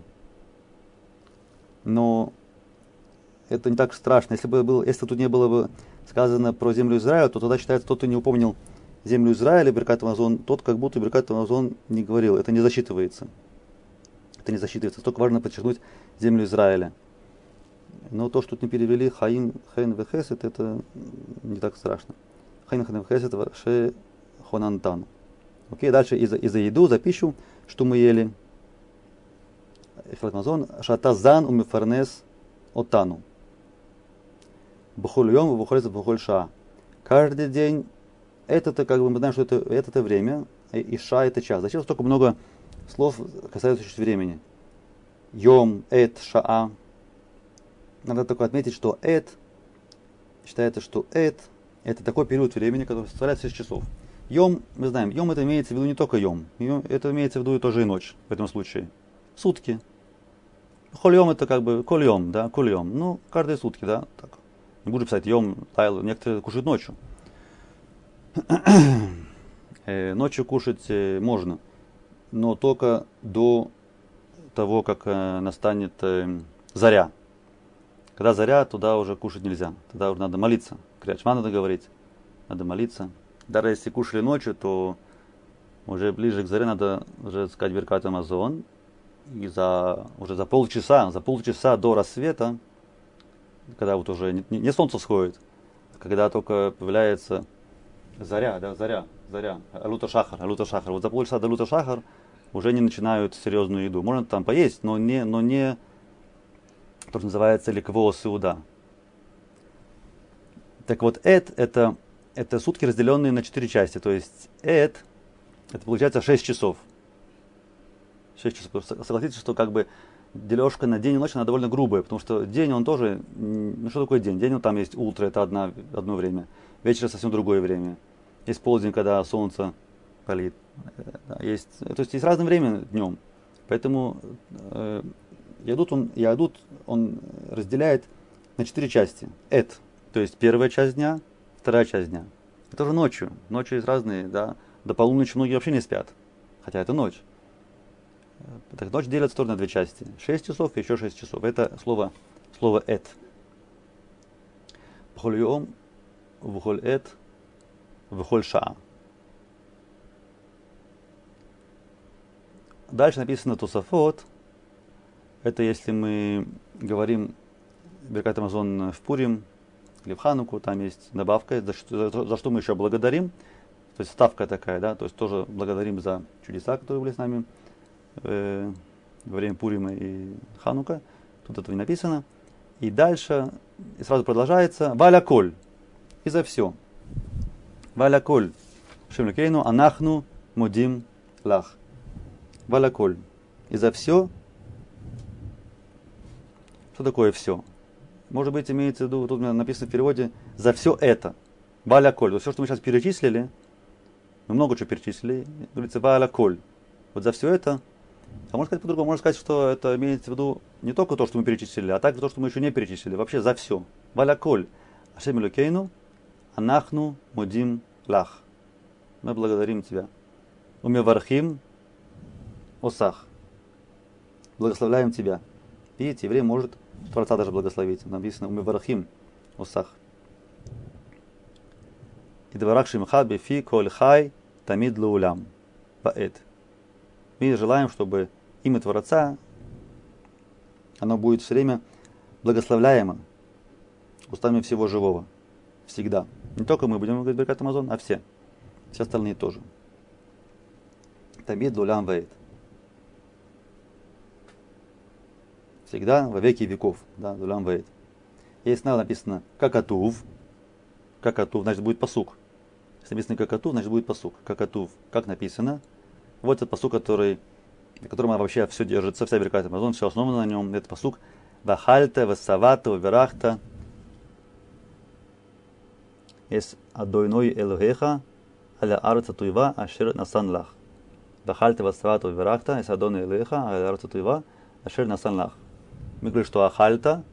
Но это не так страшно. Если тут не было бы сказано про землю Израиля, то тогда считается, тот, кто не упомнил землю Израиля, Беркат Амазон, тот как будто Беркат Амазон не говорил. Это не засчитывается. Это не засчитывается. Только важно подчеркнуть землю Израиля. Но то, что тут не перевели Хаим, Хен, Вехесет, это не так страшно. Хаим, Хен, Вехесет, Ше, Хонантан. Окей, дальше и за еду, за пищу, что мы ели. Мазон, Шатазан умифарнес отану. Бухольем, бухолец, бухольша. Каждый день, это как бы мы знаем, что это время, и ша это час. Зачем столько много слов касаются времени? Йом, эт, шаа. Надо только отметить, что считается, что это такой период времени, который составляет 6 часов. Йом, мы знаем, йом это имеется в виду не только йом, это имеется в виду тоже и ночь в этом случае. Сутки. Хольем это как бы кольем, да, кольем. Ну, каждые сутки, да, так. Не буду писать йом, тайл, некоторые кушают ночью. Ночью кушать можно, но только до того, как настанет заря. Когда заря, туда уже кушать нельзя. Тогда уже надо молиться. Крячма надо говорить. Надо молиться. Даже если кушали ночью, то уже ближе к заре надо уже сказать Беркат Амазон. И уже за полчаса до рассвета, когда вот уже не солнце всходит, когда только появляется заря, да, заря, алута шахар. Вот за полчаса до алута шахар уже не начинают серьезную еду. Можно там поесть, но не то, что называется ликво сеуда. Так вот, это сутки, разделенные на 4 части. То есть это получается 6 часов. 6 часов. Согласитесь, что как бы дележка на день и ночь, она довольно грубая, потому что день, он тоже, ну что такое день? День, там есть утро, это одно время. Вечер совсем другое время. Есть полдень, когда солнце палит. То есть есть разное время днем. Поэтому Ядут он разделяет на 4 части. То есть первая часть дня, вторая часть дня. Это уже ночью. Ночью есть разные, да. До полуночи многие вообще не спят. Хотя это ночь. Так ночь делится тоже на 2 части. 6 часов и еще 6 часов. Это слово эт. Бхоль йом, вхоль эт, вхоль шаа. Дальше написано Тосафот. Это если мы говорим Беркат Амазон в Пурим или в Хануку, там есть добавка, за что мы еще благодарим. То есть ставка такая, да, то есть тоже благодарим за чудеса, которые были с нами во время Пурима и Ханука. Тут этого не написано. И дальше, и сразу продолжается, валяколь, и за все. Валяколь, шемлекейну, анахну, мудим, лах. Валяколь, и за все. Что такое все? Может быть, имеется в виду, тут написано в переводе, за все это. Валяколь. То есть все, что мы сейчас перечислили, мы много чего перечислили, говорится валяколь. Вот за все это, а можно сказать по-другому, можно сказать, что это имеется в виду не только то, что мы перечислили, а также то, что мы еще не перечислили. Вообще за все. Валяколь. Ашем элокейну, анахну мудим лах. мы благодарим Тебя. Умевархим осах. Благословляем Тебя. Видите, еврей может Творца даже благословить. Написано умевархим осах. И дварах шимха бифи коль хай тамид лаулям. Баэт. Мы желаем, чтобы имя Творца, оно будет все время благословляемо устами всего живого. Всегда. Не только мы будем говорить Беркат Амазон, а все. Все остальные тоже. Тамид лаулям баэт. Всегда, во веки веков. Да, лаулям баэт. Если написано какатув, значит будет пасук. Если написано какатув, значит будет пасук. Какатув, как написано. Вот этот пасук, на котором вообще все держится, вся Беркат Амазон, все основано на нем. Это пасук Вахальта, Васавата, Уверахта. Эс адойной элохеха, аля арца туева, ашер насан лах. Вахальта, Васавата, Уверахта, эс адойной элохеха, аля арца туева, ашер насан лах. Мы говорим, что Ахальта,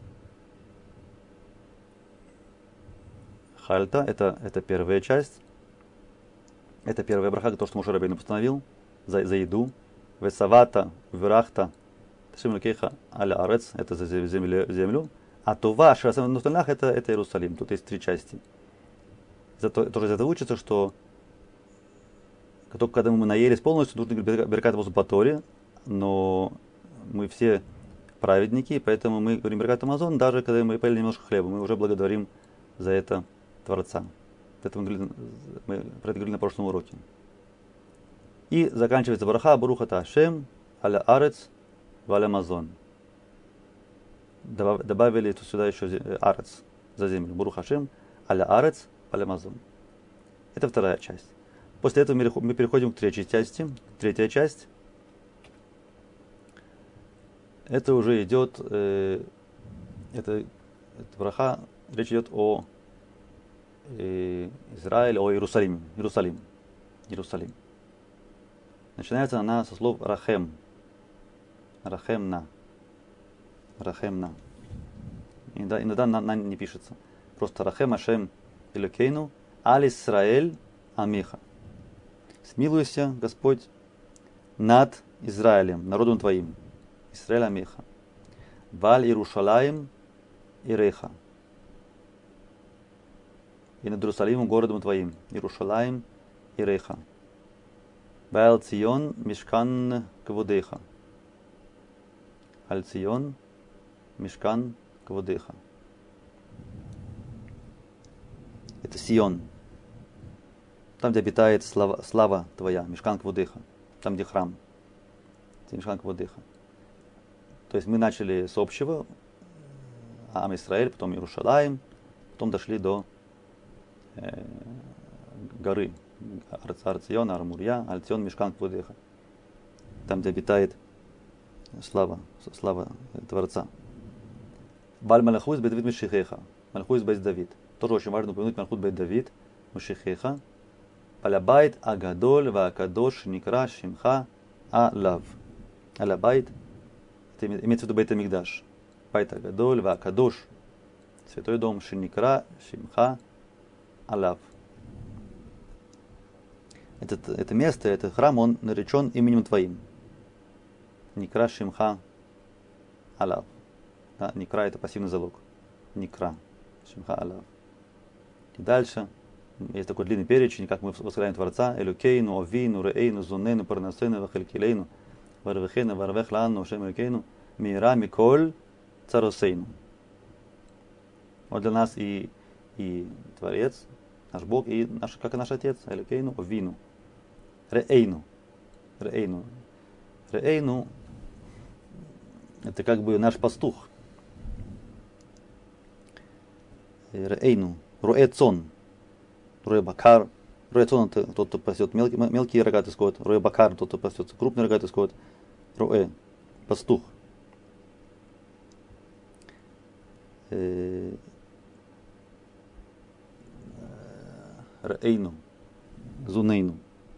это первая часть. Это первая браха, то, что Моше Рабейну постановил за еду. Весавата, Верахта, Ташим Лукеха, Аля Арец, это за землю. А Това, Ширасам Нуфталях, это Иерусалим. Тут есть три части. Тоже из этого учится, что только когда мы наелись полностью, нужно говорить Беркат Амазон по Торе, но мы все праведники, поэтому мы говорим Беркат Амазон, даже когда мы поели немножко хлеба, мы уже благодарим за это Творца. Мы про это говорили на прошлом уроке. И заканчивается браха Барух ата Ашем, аля арец, валя мазон. Добавили сюда еще арец, за землю. Барух Ашем, аля арец, валя мазон. Это вторая часть. После этого мы переходим к третьей части. Третья часть. Это уже идет, это браха, речь идет о Израиле, о Иерусалиме. Иерусалим. Начинается она со слов Рахем. Рахемна. Иногда на не пишется. Просто Рахем Ашем Элокейну Аль Исраэль Амиха. Смилуйся, Господь, над Израилем, народом Твоим. Исраэль Амиха. Валь Иерушалаим Иреха. И над Иерусалимом, городом Твоим. Иерушалаим Иреха. Вайл Цион Мишкан Кводеха. Аль Цион Мишкан Кводеха. Это Сион. Там, где обитает слава Твоя. Мишкан Кводеха. Там, где храм. Мишкан Кводеха. То есть мы начали с общего. Ам Исраэль, потом Иерушалаим. Потом дошли до горы. Арцион, Армурья, Альцион, Мишкан Кводеха. Там, где обитает слава Творца. Баль Малахуис Бейт Давид Мишихеха. Малахуис Бейт Давид. Тоже очень важно упомянуть Малахут Бейт Давид Мишихеха. Алябайт Агадоль Ваакадош Никра Шимха Алав. Алябайт, это имеется в виду Бейт Амикдаш. Байт Агадоль Ваакадош. Святой дом Шиникра Шимха Алав. Это место, этот храм, он наречен именем Твоим. Никра Шимха Алав. Да, Никра это пассивный залог. Никра Шимха Алав. И дальше есть такой длинный перечень, как мы восхваляем Творца. Элюкейну, Овину, Реэйну, Зунейну, Парнасейну, Вахелькилейну, Варвехейну, Варвехлану, Шем Элюкейну, Мира, Миколь, Царосейну. Вот для нас и Творец, наш Бог, и как и наш Отец, Элюкейну, Овину. Реэйну. Это как бы наш пастух. Реэйну. Руэцон. Руэбакар. Руэцон это тот, кто пасет мелкий рогатый скот. Руэбакар тот, кто пасет крупный рогатый скот. Руэ. Пастух. Реэйну. Зунейну.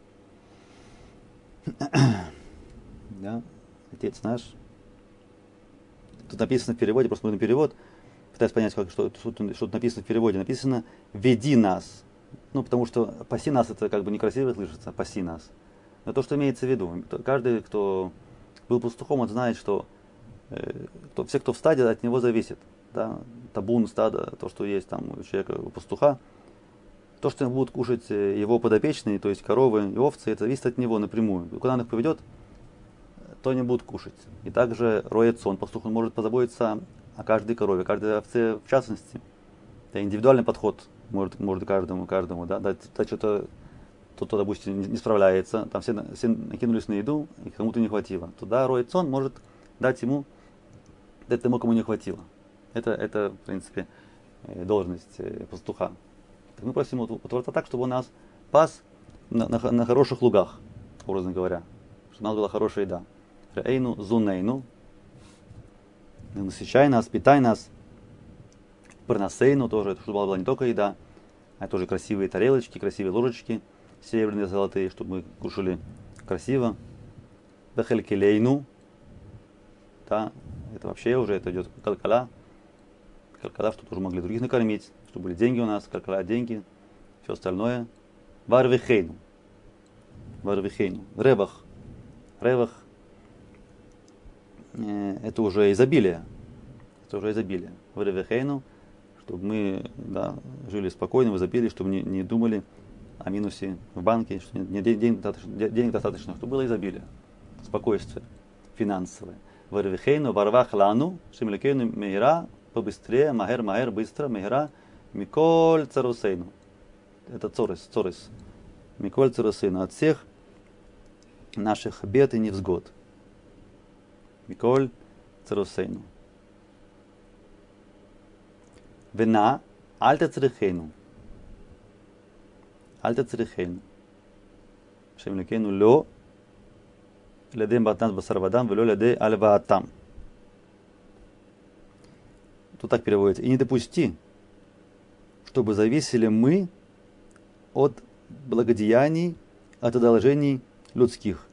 Да? Отец наш. Тут написано в переводе, просто нужно перевод. Пытаюсь понять, что тут написано в переводе. Написано «Веди нас». Ну, потому что паси нас это как бы некрасиво слышится, паси нас. Но то, что имеется в виду, каждый, кто был пастухом, он знает, что все, кто в стаде, от него зависит. Да? Табун, стадо, то, что есть там у человека, у пастуха, то, что будут кушать его подопечные, то есть коровы и овцы, это зависит от него напрямую. Куда он их поведет, то они будут кушать. И также роет сон. Пастух он может позаботиться о каждой корове, каждой овце в частности. Это индивидуальный подход может каждому, да, дать что-то, кто, допустим, не справляется, там все накинулись на еду, и кому-то не хватило. Туда роет сон может дать ему, кому не хватило. Это в принципе, должность пастуха. Так мы просим у Творца так, чтобы он нас пас на хороших лугах, образно говоря, чтобы у нас была хорошая еда. Эйну, зунейну, насыщай нас, питай нас. Парнасейну тоже, чтобы была не только еда, а тоже красивые тарелочки, красивые ложечки, серебряные, золотые, чтобы мы кушали красиво. Бехелькелейну, да, это вообще уже это идет калькала, чтобы тоже могли других накормить, чтобы были деньги у нас, калькала, деньги, все остальное. Варвихейну, ревах, это уже изобилие, Варвихейну, чтобы мы жили спокойно, в изобилии, чтобы не думали о минусе в банке, что денег достаточно, чтобы было изобилие, спокойствие финансовое. Варвихейну, варвах лану, шемлекейну мейра, побыстрее, махер, быстро, мейра, миколь царусейну. Это цорис. Миколь царусейну, от всех наших бед и невзгод. Миколь царусейну. Вина альта црихейну. Шемлекейну ло ледем батнас басарвадам вело леде альваатам. Тут так переводится. И не допусти, чтобы зависели мы от благодеяний, от одолжений людских.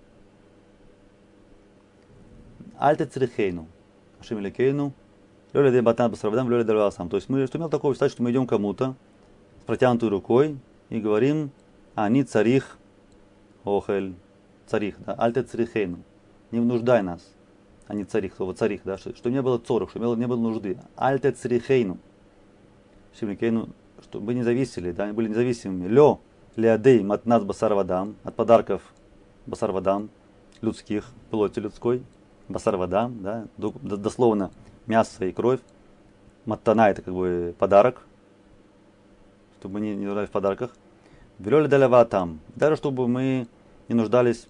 Альта црихейну. Шемлекейну то есть мы, что имел такого писать, что мы идем кому-то с протянутой рукой и говорим, они царих, охель, царих, да, альте царихейну, не внуждай нас, а не царих, слово царих, да, что не было цоров, что не было нужды, альте царихейну, чтобы мы не зависели, да, были независимыми, лё, леадей, от нас басарвадам, от подарков басарвадам, людских, плоти людской, басарвадам, да, дословно, мясо и кровь. Маттана это как бы подарок, чтобы мы не нуждались в подарках. Велёли далява там. Даже чтобы мы не нуждались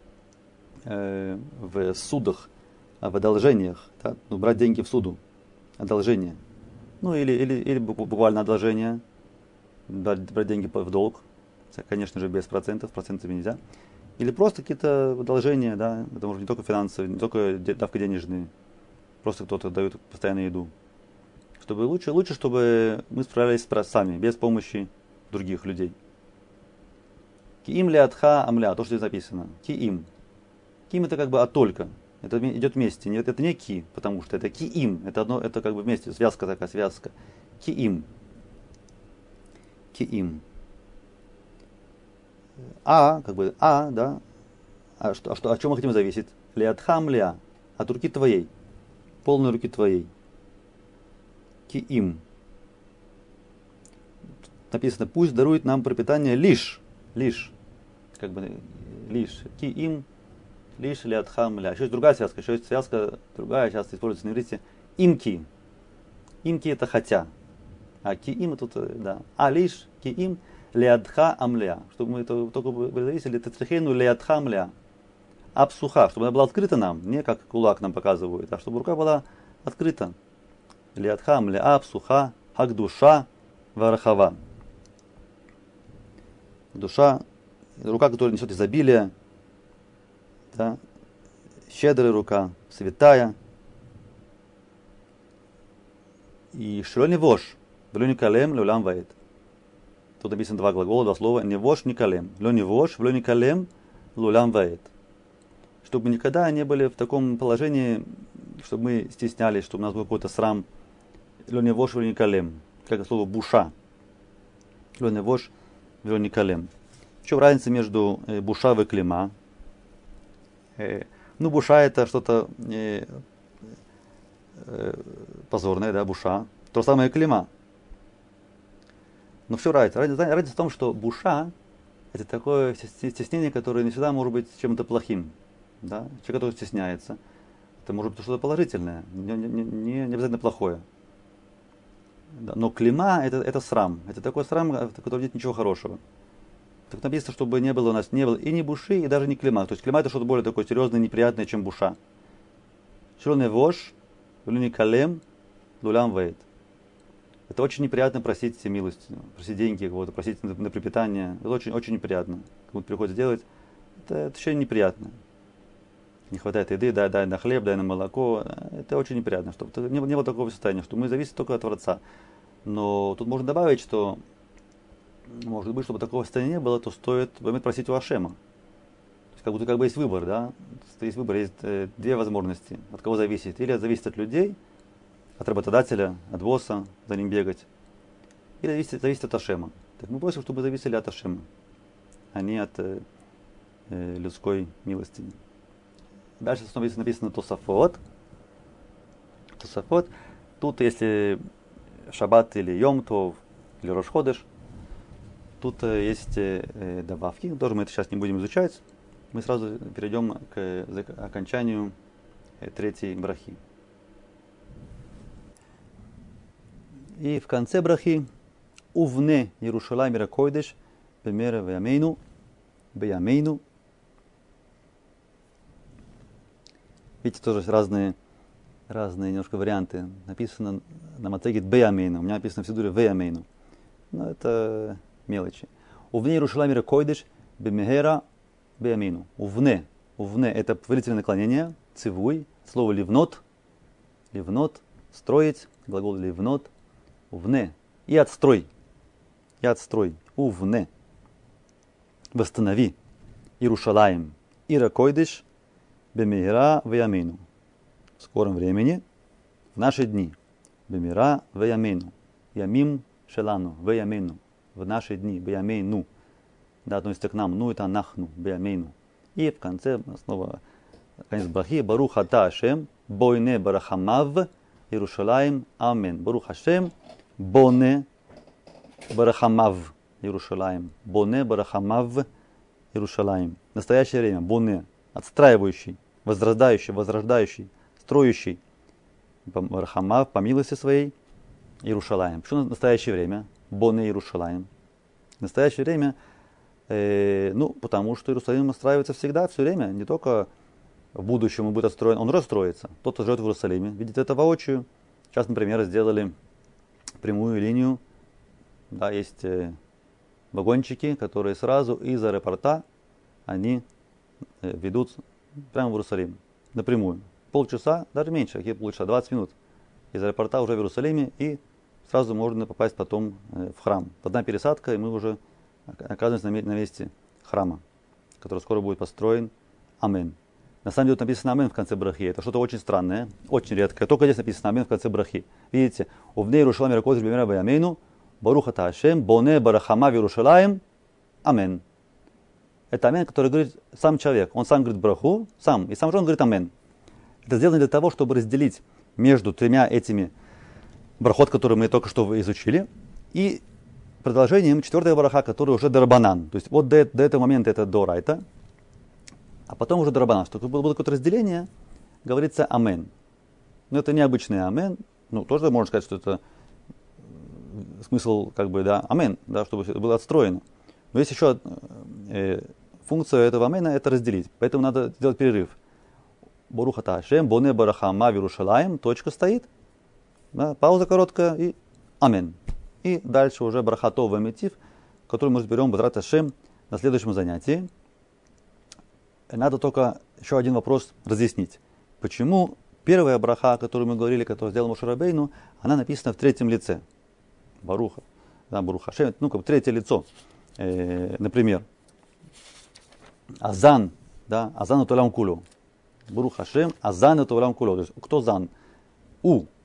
в судах, в одолжениях. Да? Брать деньги в суду. Одолжение. Или буквально одолжение. Брать деньги в долг. Конечно же без процентов. Процентами нельзя. Или просто какие-то одолжения. Да? Это может не только финансовые, не только давка денежные. Просто кто-то дает постоянно еду. Чтобы лучше, чтобы мы справлялись сами, без помощи других людей. Киим леатха амля, то, что здесь написано. Киим. Киим это как бы только. Это идет вместе. Нет, это не ки, потому что это киим. Это как бы вместе, связка. Киим. Да. О чем мы хотим зависеть? Леатха амля. От руки твоей. Полной руки твоей. Киим. Написано, пусть дарует нам пропитание лишь. Киим, лишь леатхам ля. Еще есть другая связка, другая, сейчас используется на иврите. Имки. Имки это хотя. А киим тут, да. А лишь киим леатха амля. Чтобы мы только зависели, это црихейну леатха амля. Абсуха, чтобы она была открыта нам, не как кулак нам показывают, а чтобы рука была открыта. Лиатхам, абсуха, хагдуша, варахава. Душа, рука, которая несет изобилие, да? Щедрая рука, святая. И шило не вошь, влю не калем, лулам ваэт. Тут написано два глагола, два слова, не вошь, не калем. Влю не вошь, влю не калем, лулам ваэт. Чтобы мы никогда не были в таком положении, чтобы мы стеснялись, чтобы у нас был какой-то срам. Лёне вош, лёне калем. Как слово буша. Лёне вош, велони калем. В чем разница между буша и клима? Буша это что-то позорное, да, буша. То же самое и клима. Но все разница. Разница в том, что буша это такое стеснение, которое не всегда может быть чем-то плохим. Да? Человек, который стесняется, это может быть что-то положительное, не обязательно плохое. Да. Но клима это срам. Это такой срам, в котором нет ничего хорошего. Так написано, чтобы у нас не было и ни буши, и даже не клима. То есть клима это что-то более такое серьезное, неприятное, чем буша. Шилоне вош, люни калем, лулям вейт. Это очень неприятно просить милость, просить деньги кого-то, просить на пропитание. Это очень, очень неприятно. Кому-то приходится делать. Это еще неприятно. Не хватает еды, дай на хлеб, дай на молоко. Это очень неприятно. Чтобы не было такого состояния, что мы зависим только от Творца. Но тут можно добавить, что может быть, чтобы такого состояния не было, то стоит просить у Ашема. То есть как будто есть выбор, да? Есть выбор, есть две возможности. От кого зависит? Или зависит от людей, от работодателя, от босса, за ним бегать. Или зависит от Ашема. Так мы просим, чтобы зависели от Ашема, а не от людской милости. Дальше написано Тосафот. Тосафот. Тут, если Шаббат или Йом Тов, или Рош Ходеш, тут есть добавки. Тоже мы это сейчас не будем изучать. Мы сразу перейдем к окончанию третьей брахи. И в конце брахи Увне Иерушалайм Иракойдеш Бемера Веямейну Беямейну. Видите, тоже разные немножко варианты. Написано на Матегит Беямейну. У меня написано в Сидуре Веямейну. Но это мелочи. Увне Иерушалайм Иракойдеш Бемера Беямейну. Увне это повелительное наклонение. Цивуй. Слово ливнот. Ливнот. Строить. Глагол ливнот. Увне. И отстрой. Увне. Восстанови. Иерушалайм. Иракойдеш. Бемира веямейну. В скором времени. В наши дни. Бемира веямейну. Ямим шелану. Веямейну. В наши дни. Беямейну. Да, относится к нам. Ну это нахну. Беямейну. И в конце снова конец брахи. Барух ата Ашем. Бойне барахамав. Иерушалайм. Амен. Барух Ашем. Боне барахамав. Иерушалайм. Боне барахамав. Иерушалайм. Настоящее время. Боне. Отстраивающий. Возрождающий. Строящий. Барахамав. По милости своей. Иерушалайм. Почему настоящее время? Боне Иерушалайм. Настоящее время. Потому что Иерусалим отстраивается всегда, все время. Не только в будущем он будет отстроен. Он уже строится. Тот, кто живет в Иерусалиме, видит это воочию. Сейчас, например, сделали прямую линию. Да, есть вагончики, которые сразу из аэропорта они ведут прямо в Иерусалим. Напрямую. Полчаса, даже меньше, какие полчаса, 20 минут. Из аэропорта уже в Иерусалиме, и сразу можно попасть потом в храм. Одна пересадка, и мы уже оказываемся на месте храма, который скоро будет построен. Амен. На самом деле тут написано Амен в конце брахи. Это что-то очень странное, очень редкое. Только здесь написано Амен в конце брахи. Видите? Увне Иерушалайм Иракойдеш Бемера Веямейну. Барух ата Ашем. Боне барахама в Иерушалайм. Амен. Это Амен, который говорит сам человек. Он сам говорит браху, сам. И сам же он говорит Амен. Это сделано для того, чтобы разделить между тремя этими брахот, которые мы только что изучили, и продолжением четвертая браха, которая уже дарабанан. То есть вот до этого момента это до райта, а потом уже дарабанан. Что было какое-то разделение, говорится амен. Но это необычный амен. Тоже можно сказать, что это смысл амен, да, чтобы это было отстроено. Но есть еще функция этого амена, это разделить. Поэтому надо сделать перерыв. Барух ата Ашем, боне барахама в Иерушалайм, точка стоит. Да, пауза короткая и амен. И дальше уже брахато веметив, который мы разберем Б'эзрат Ашем на следующем занятии. Надо только еще один вопрос разъяснить. Почему первая браха, о которой мы говорили, которую сделал Моше Рабейну, она написана в третьем лице? Баруха. Да, Барух Ашем, третье лицо. Например, Азан, да, Азан это Олам Куло. Барух Ашем, Азан это Олам Куло. То есть кто Зан?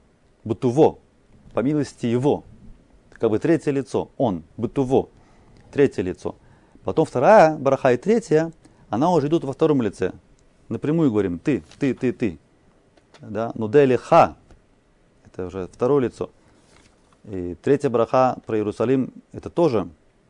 Бытуво, по милости его. Третье лицо, он, бытуво. третье лицо. Потом вторая браха и третья, она уже идут во втором лице. Напрямую говорим ты. Да? Нудели ха, это уже второе лицо. И третья браха про Иерусалим, это тоже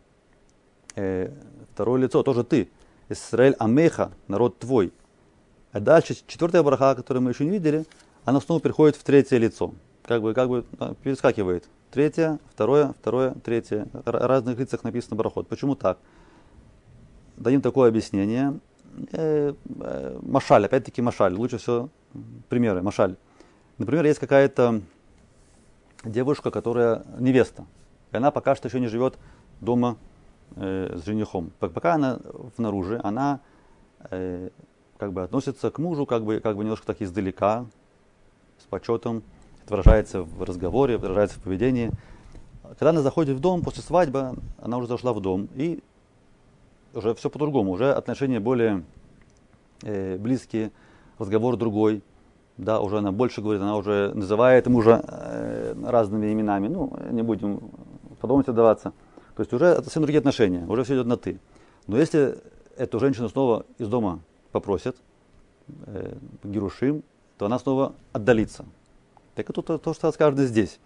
второе лицо, тоже ты. Исраэль Амеха, народ твой. А дальше четвертая браха, которую мы еще не видели, она снова переходит в третье лицо. Как бы перескакивает. Третье, второе, третье. В разных лицах написано брахот. Почему так? Дадим такое объяснение. Машаль, опять-таки машаль. Лучше всего примеры. Машаль. Например, есть какая-то девушка, которая невеста. И она пока что еще не живет дома с женихом. Пока она внаружи, она относится к мужу немножко так издалека, с почетом. Это выражается в разговоре, выражается в поведении. Когда она заходит в дом после свадьбы, она уже зашла в дом, и уже все по-другому, уже отношения более близкие, разговор другой, да, уже она больше говорит, она уже называет мужа разными именами, не будем в подробности отдаваться. То есть уже совсем другие отношения, уже все идет на ты. Но если эту женщину снова из дома попросят, герушим, то она снова отдалится. Так это то, что сказано здесь.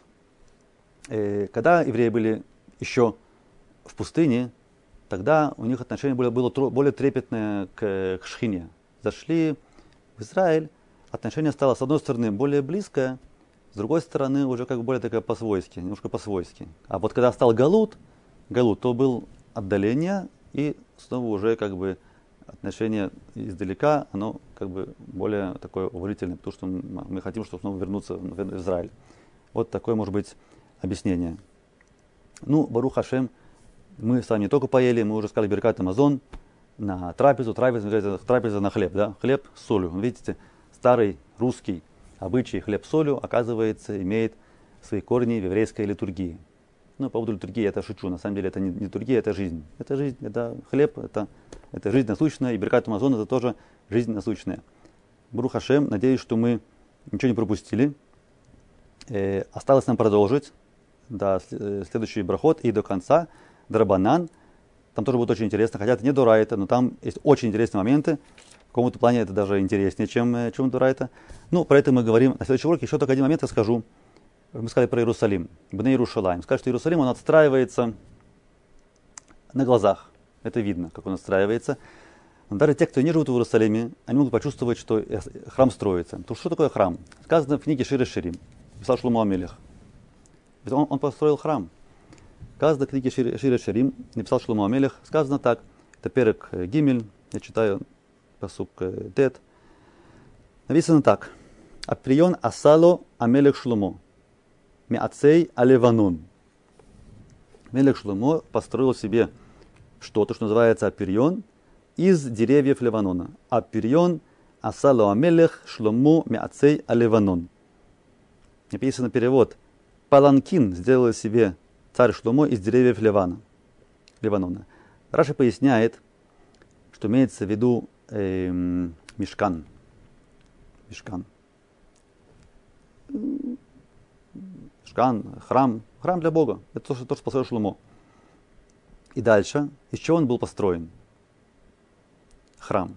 Когда евреи были еще в пустыне, тогда у них отношение было более трепетное к шхине. Зашли в Израиль, отношение стало с одной стороны более близкое, с другой стороны уже более такое по-свойски, немножко по-свойски. А вот когда стал галут, то был отдаление, и снова уже отношение издалека, оно более такое уважительное, потому что мы хотим, чтобы снова вернуться в Израиль. Вот такое может быть объяснение. Барух Хашем, мы с вами не только поели, мы уже сказали Беркат Амазон на трапеза на хлеб, да? Хлеб с солью. Видите, старый русский обычай хлеб с солью, оказывается, имеет свои корни в еврейской литургии. По поводу литургии я это шучу, на самом деле это не литургия, это жизнь. Это жизнь, это хлеб, это жизнь насущная, и Беркат Амазон это тоже жизнь насущная. Барух Хашем, надеюсь, что мы ничего не пропустили. Осталось нам продолжить до следующий брахот и до конца. Драбанан, там тоже будет очень интересно, хотя это не Дорайта, но там есть очень интересные моменты. В каком-то плане это даже интереснее, чем Дорайта. Про это мы говорим на следующем уроке. Еще только один момент я скажу. Мы сказали про Иерусалим. Бней Иерушалаим. Сказать, что Иерусалим, он отстраивается на глазах. Это видно, как он отстраивается. Но даже те, кто не живут в Иерусалиме, они могут почувствовать, что храм строится. То что такое храм? Сказано в книге Шир Ширим. Писал Шломо Амелех. Он построил храм. Сказано в книге Шир Ширим, написал Шломо Амелех. Сказано так. Это перек Гимель. Я читаю пасук Тет. Написано так. Априон асало Амелех Шломо. Миацей Алеванон. Мелех Шломо построил себе что-то, что называется Аперион, из деревьев Ливанона. Аперион асало Амелех Шломо Миацей Алеванон. Написано перевод. Паланкин сделал себе царь Шломо из деревьев Ливанона. Раши поясняет, что имеется в виду мишкан. Храм для Бога. Это то, что построил Шломо. И дальше, из чего он был построен? Храм.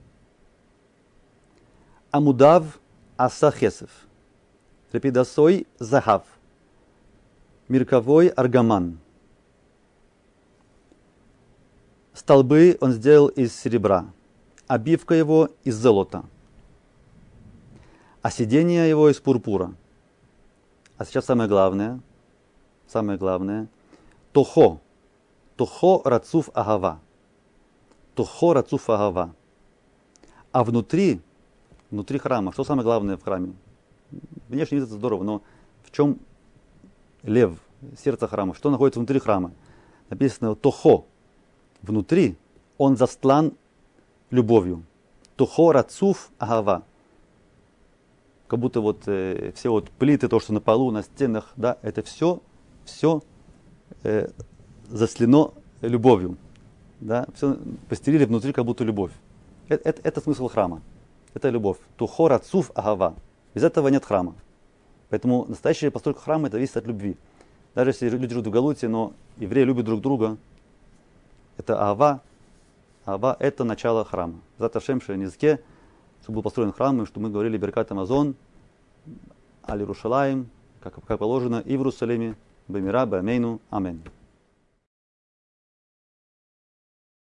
Амудав асахесев. Репидасой захав. Мирковой аргаман. Столбы он сделал из серебра. Обивка его из золота. А сиденье его из пурпура. А сейчас самое главное. Тохо рацуф агава. А внутри храма, что самое главное в храме? Внешне видно здорово, но в чем лев, сердце храма? Что находится внутри храма? Написано тохо. Внутри он застлан любовью. Тохо рацуф агава. Как будто все плиты, то, что на полу, на стенах, да, это все заслено любовью. Да, все постелили внутри, как будто любовь. Это смысл храма. Это любовь. Тухо рацуф агава. Без этого нет храма. Поэтому настоящая постройка храма это зависит от любви. Даже если люди живут в Галуте, но евреи любят друг друга, Это Ава. Ава – это начало храма. Зат Ашем Шенизке, чтобы был построен храм, и что мы говорили Беркат Амазон, Аль Иерушалаим, как положено, и в Иерусалиме, Бемира, Бамейну, Амин.